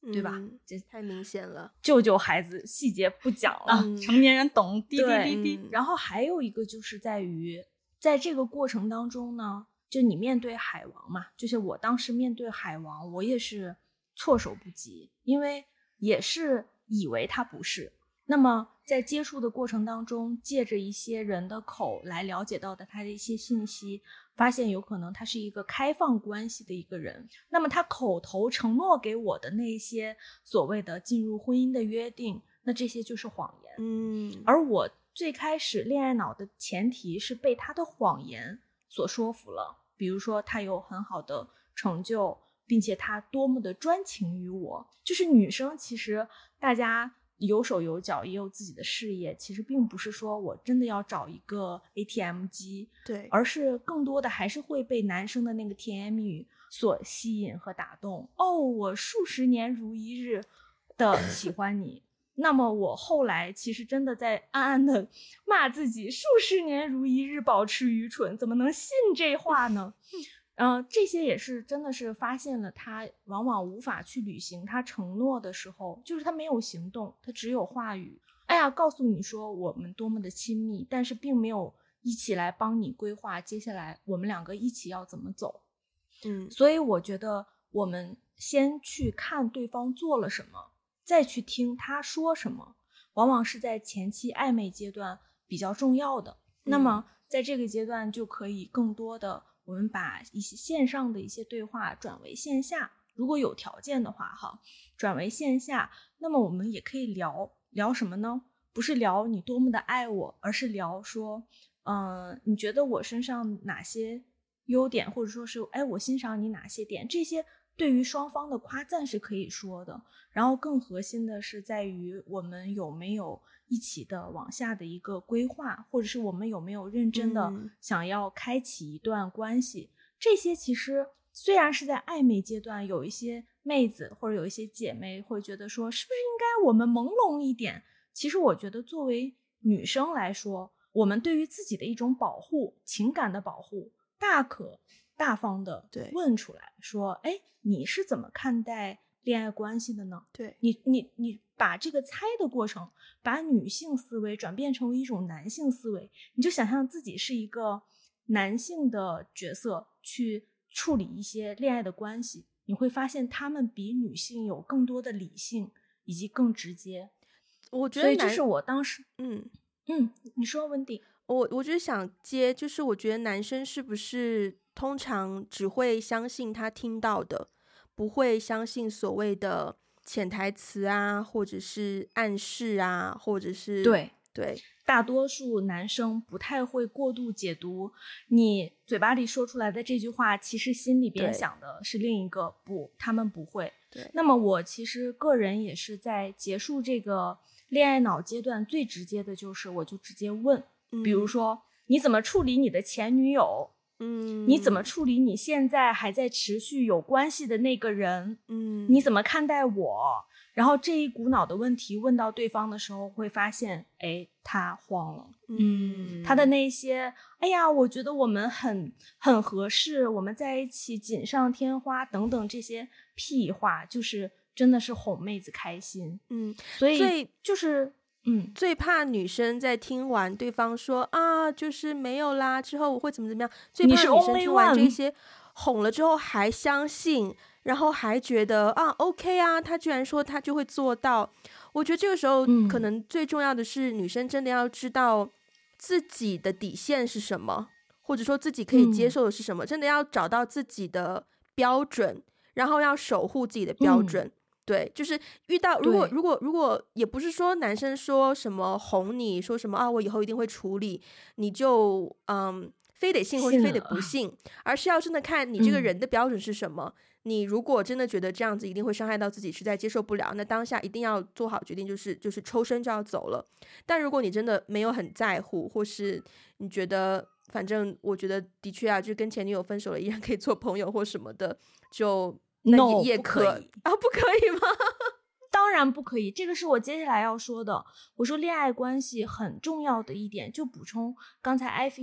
对吧？ 嗯、这太明显了。 救救孩子，细节不讲了， 嗯、成年人懂，滴滴滴滴、 嗯。然后还有一个就是在于，在这个过程当中呢，就你面对海王嘛，就是我当时面对海王，我也是措手不及，因为也是以为他不是。那么在接触的过程当中，借着一些人的口来了解到的他的一些信息，发现有可能他是一个开放关系的一个人。那么他口头承诺给我的那些所谓的进入婚姻的约定，那这些就是谎言。 嗯， 而我最开始恋爱脑的前提是被他的谎言所说服了，比如说他有很好的成就，并且他多么的专情于我。就是女生其实大家有手有脚，也有自己的事业，其实并不是说我真的要找一个 A T M 机， 对， 而是更多的还是会被男生的那个甜言蜜语所吸引和打动。哦，我数十年如一日的喜欢你那么我后来其实真的在暗暗的骂自己，数十年如一日保持愚蠢，怎么能信这话呢？嗯、呃，这些也是真的是发现了他往往无法去履行他承诺的时候，就是他没有行动，他只有话语。哎呀，告诉你说我们多么的亲密，但是并没有一起来帮你规划接下来我们两个一起要怎么走。 嗯， 所以我觉得我们先去看对方做了什么，再去听他说什么，往往是在前期暧昧阶段比较重要的。 嗯、 那么在这个阶段就可以更多的我们把一些线上的一些对话转为线下，如果有条件的话哈，转为线下。那么我们也可以聊聊什么呢？不是聊你多么的爱我，而是聊说嗯、呃，你觉得我身上哪些优点，或者说是哎，我欣赏你哪些点，这些对于双方的夸赞是可以说的。然后更核心的是在于我们有没有一起的往下的一个规划，或者是我们有没有认真的想要开启一段关系、嗯、这些其实虽然是在暧昧阶段，有一些妹子或者有一些姐妹会觉得说是不是应该我们朦胧一点，其实我觉得作为女生来说，我们对于自己的一种保护，情感的保护，大可大方的问出来说，哎，你是怎么看待恋爱关系的呢？ 对， 你你你把这个猜的过程，把女性思维转变成为一种男性思维，你就想象自己是一个男性的角色去处理一些恋爱的关系，你会发现他们比女性有更多的理性以及更直接。 我觉得所以这是我当时嗯嗯，你说温迪。 我我就是想接，就是我觉得男生是不是通常只会相信他听到的，不会相信所谓的潜台词啊，或者是暗示啊，或者是对对， 大多数男生不太会过度解读你嘴巴里说出来的这句话，其实心里边想的是另一个，不，他们不会。 对， 那么我其实个人也是在结束这个恋爱脑阶段，最直接的就是我就直接问。比如说你怎么处理你的前女友， 嗯， 你怎么处理你现在还在持续有关系的那个人， 嗯， 你怎么看待我？然后这一股脑的问题问到对方的时候，会发现哎，他慌了。 嗯， 他的那些哎呀我觉得我们很很合适，我们在一起锦上添花等等这些屁话，就是真的是哄妹子开心。 嗯， 所以就是嗯， 最怕女生在听完对方说啊，就是没有啦之后我会怎么怎么样，最怕女生听完这些哄了之后还相信，然后还觉得啊 OK 啊，他居然说他就会做到。我觉得这个时候可能最重要的是、嗯、女生真的要知道自己的底线是什么，或者说自己可以接受的是什么、嗯、真的要找到自己的标准，然后要守护自己的标准、嗯，对，就是遇到如果如果如果也不是说男生说什么哄你说什么啊我以后一定会处理，你就嗯非得信或是非得不信，而是要真的看你这个人的标准是什么、嗯、你如果真的觉得这样子一定会伤害到自己，实在接受不了，那当下一定要做好决定，就是就是抽身就要走了。但如果你真的没有很在乎，或是你觉得反正我觉得的确啊，就跟前女友分手了依然可以做朋友或什么的，就那也、 no, 也可以啊，不可以吗？ 当然不可以，这个是我接下来要说的。我说恋爱关系很重要的一点，就补充刚才艾菲有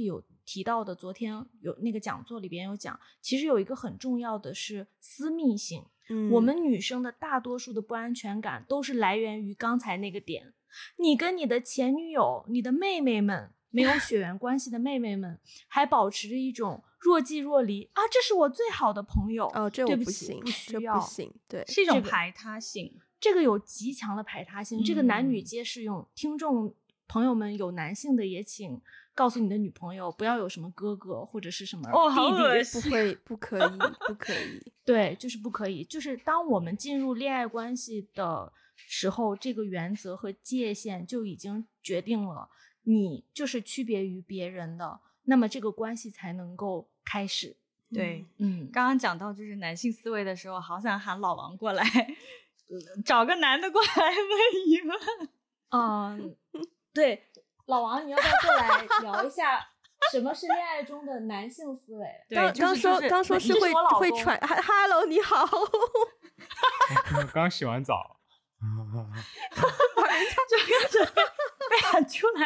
提到的，昨天有那个讲座里边有讲，其实有一个很重要的是私密性。 嗯， 我们女生的大多数的不安全感都是来源于刚才那个点，你跟你的前女友、你的妹妹们，没有血缘关系的妹妹们，还保持着一种若即若离啊，这是我最好的朋友。 哦，这我对不起， 不行， 不需要， 这不行，对， 是一种这个排他性。 这个有极强的排他性， 嗯这个男女皆适用。听众朋友们有男性的也请告诉你的女朋友，不要有什么哥哥或者是什么哦好弟弟， 恶不会，不可以，不可以。 对，就是不可以。就是当我们进入恋爱关系的时候，这个原则和界限就已经决定了，你就是区别于别人的，那么这个关系才能够开始。 对， 嗯， 刚刚讲到就是男性思维的时候，好想喊老王过来，找个男的过来问一问。 嗯，对，老王，你要不要过来聊一下什么是恋爱中的男性思维？ 对， 刚刚说刚说是会会传哈 ，Hello， 你好， 我刚洗完澡， 把人家就跟着被喊出来。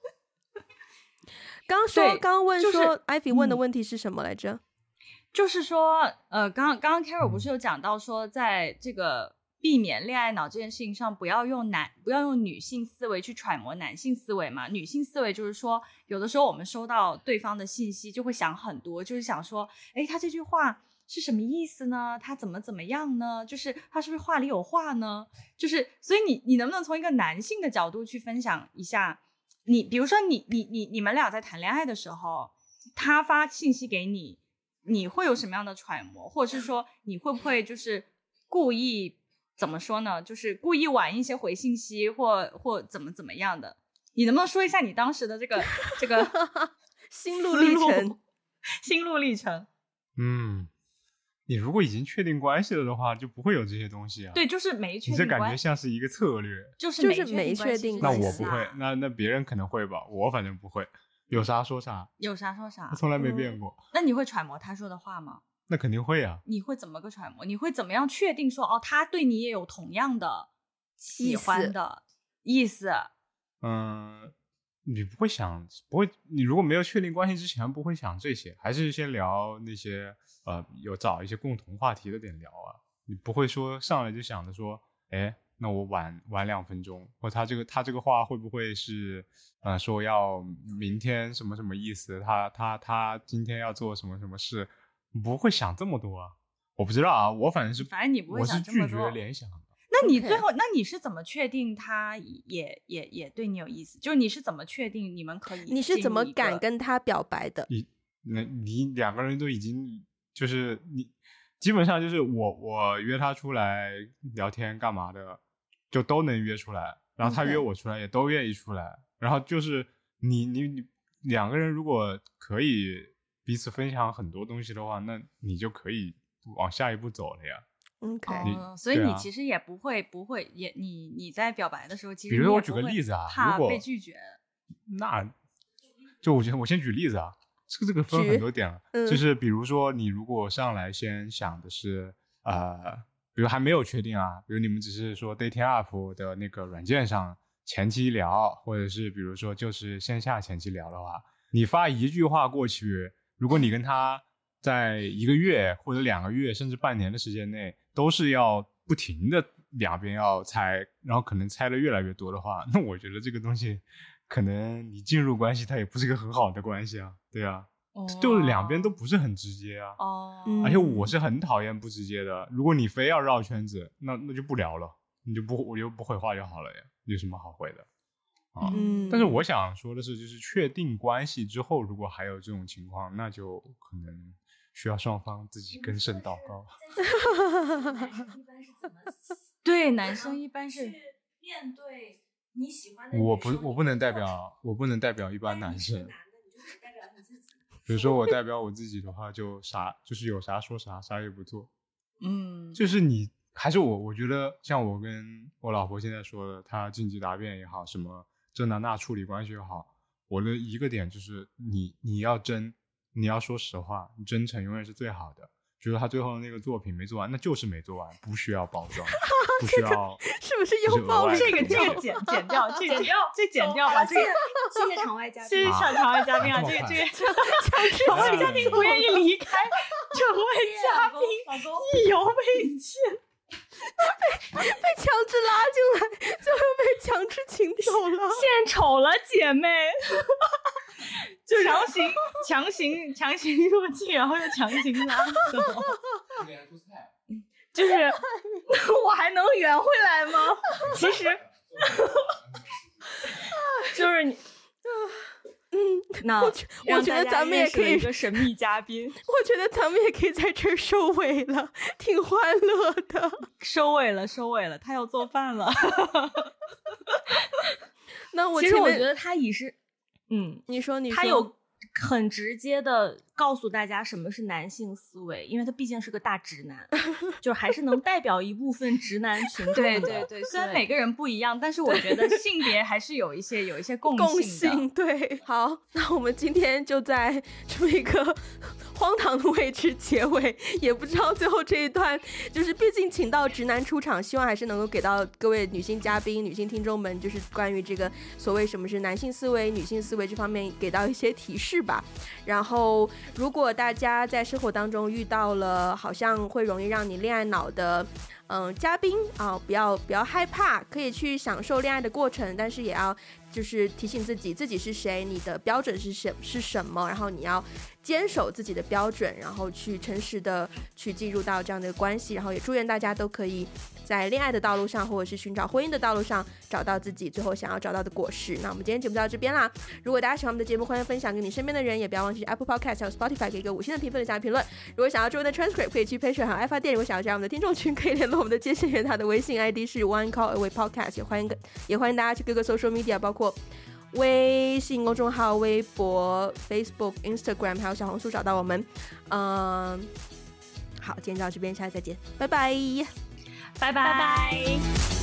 刚说刚问就是说艾比问的嗯问题是什么来着？ 就是说，呃，刚刚刚 Carol 不是有讲到说，在这个避免恋爱脑这件事情上，不要用男，不要用女性思维去揣摩男性思维嘛。女性思维就是说，有的时候我们收到对方的信息，就会想很多，就是想说，哎，他这句话是什么意思呢？他怎么怎么样呢？就是他是不是话里有话呢？就是所以你你能不能从一个男性的角度去分享一下？你比如说你你你你们俩在谈恋爱的时候，他发信息给你。你会有什么样的揣摩，或者是说你会不会就是故意怎么说呢？就是故意晚一些回信息，或或怎么怎么样的？你能不能说一下你当时的这个这个心路历程？ 心路历程？ 嗯，你如果已经确定关系了的话，就不会有这些东西啊。 对，就是没确定关系。 你这感觉像是一个策略， 就是就是没确定那关系。 我不会，那那别人可能会吧，我反正不会。有啥说啥， 有啥说啥， 从来没变过、 嗯。那你会揣摩他说的话吗？ 那肯定会啊。 你会怎么个揣摩？你会怎么样确定说，哦，他对你也有同样的喜欢的意思？ 嗯，你不会想，不会。你如果没有确定关系之前，不会想这些，还是先聊那些呃，有找一些共同话题的点聊啊。你不会说上来就想着说，哎。那我晚晚两分钟，或他这个他这个话会不会是，呃，说要明天什么什么意思？他他他今天要做什么什么事？不会想这么多啊！我不知道啊，我反正是， 反正你不会想这么多。 我是拒绝联想的。 那你最后， okay. 那你是怎么确定他也也也对你有意思？就是你是怎么确定你们可以？ 你是怎么敢跟他表白的？ 你那你两个人都已经就是你基本上就是我我约他出来聊天干嘛的。就都能约出来，然后他约我出来也都愿意出来， okay. 然后就是你你你两个人如果可以彼此分享很多东西的话，那你就可以往下一步走了呀。 OK， 哦、所以你其实也不会、啊、不会也你你在表白的时候，其实比如说我举个例子啊， 怕被拒绝， 那就我先我先举例子啊，这个这个分很多点了、嗯，就是比如说你如果上来先想的是呃。比如还没有确定啊，比如你们只是说 dating app 的那个软件上前期聊，或者是比如说就是线下前期聊的话，你发一句话过去，如果你跟他在一个月或者两个月甚至半年的时间内都是要不停的两边要猜，然后可能猜的越来越多的话，那我觉得这个东西可能你进入关系它也不是个很好的关系啊，对啊。Oh. 就是两边都不是很直接啊， 哦、 oh. 而且我是很讨厌不直接的。如果你非要绕圈子，那那就不聊了，你就不我就不回话就好了呀，有什么好回的啊？ 嗯， 但是我想说的是，就是确定关系之后，如果还有这种情况，那就可能需要双方自己更胜祷告。 对，男生一般是面对你喜欢的， 我不我不能代表我不能代表一般男生。比如说我代表我自己的话，就啥就是有啥说啥，啥也不做。 嗯， 就是你还是我，我觉得像我跟我老婆现在说的，她晋级答辩也好，什么这那那处理关系也好，我的一个点就是你你要真，你要说实话，你真诚永远是最好的。 觉得他最后的那个作品没做完，那就是没做完，不需要包装，不需要是不是又爆这个这个剪剪掉，这剪掉，这剪掉吧。这个谢谢场外嘉宾， 谢谢场场外嘉宾啊！这个这个场外嘉宾不愿意离开，场外嘉宾意犹未尽。 被被强制拉进来，最后被强制请走了， 献丑了姐妹，就强行强行强行入境，然后又强行拉走，就是我还能圆回来吗？其实就是你。 嗯， 那我觉我觉得咱们也可以一个神秘嘉宾， 我觉得咱们也可以在这儿收尾了，挺欢乐的。 收尾了，收尾了，他要做饭了。 那我其实我觉得他已是，嗯， 你说你说， 他有很直接的告诉大家什么是男性思维，因为他毕竟是个大直男，就是还是能代表一部分直男群众的。对对对，虽然每个人不一样，但是我觉得性别还是有一些有一些共性的。 共性对，好，那我们今天就在这么一个荒唐的位置结尾，也不知道最后这一段，就是毕竟请到直男出场，希望还是能够给到各位女性嘉宾、女性听众们，就是关于这个所谓什么是男性思维、女性思维这方面给到一些提示吧。然后如果大家在生活当中遇到了好像会容易让你恋爱脑的嗯嘉宾啊，不要不要害怕，可以去享受恋爱的过程，但是也要就是提醒自己自己是谁，你的标准是什是什么，然后你要坚守自己的标准，然后去诚实的去进入到这样的关系，然后也祝愿大家都可以在恋爱的道路上或者是寻找婚姻的道路上找到自己最后想要找到的果实。那我们今天节目到这边啦，如果大家喜欢我们的节目，欢迎分享给你身边的人，也不要忘记 Apple Podcast 还有 Spotify 给一个五星的评分的下评论。如果想要中文的 transcript 可以去 Patreon 还有爱发电，如果想要加入我们的听众群可以联络我们的接线员，他的微信 I D 是 One Call Away Podcast， 也欢迎也欢迎大家去各个 social media 包括微信公众号、微博、Facebook、Instagram 还有小红书找到我们。嗯，好，今天到这边，下次再见，拜拜， 拜拜。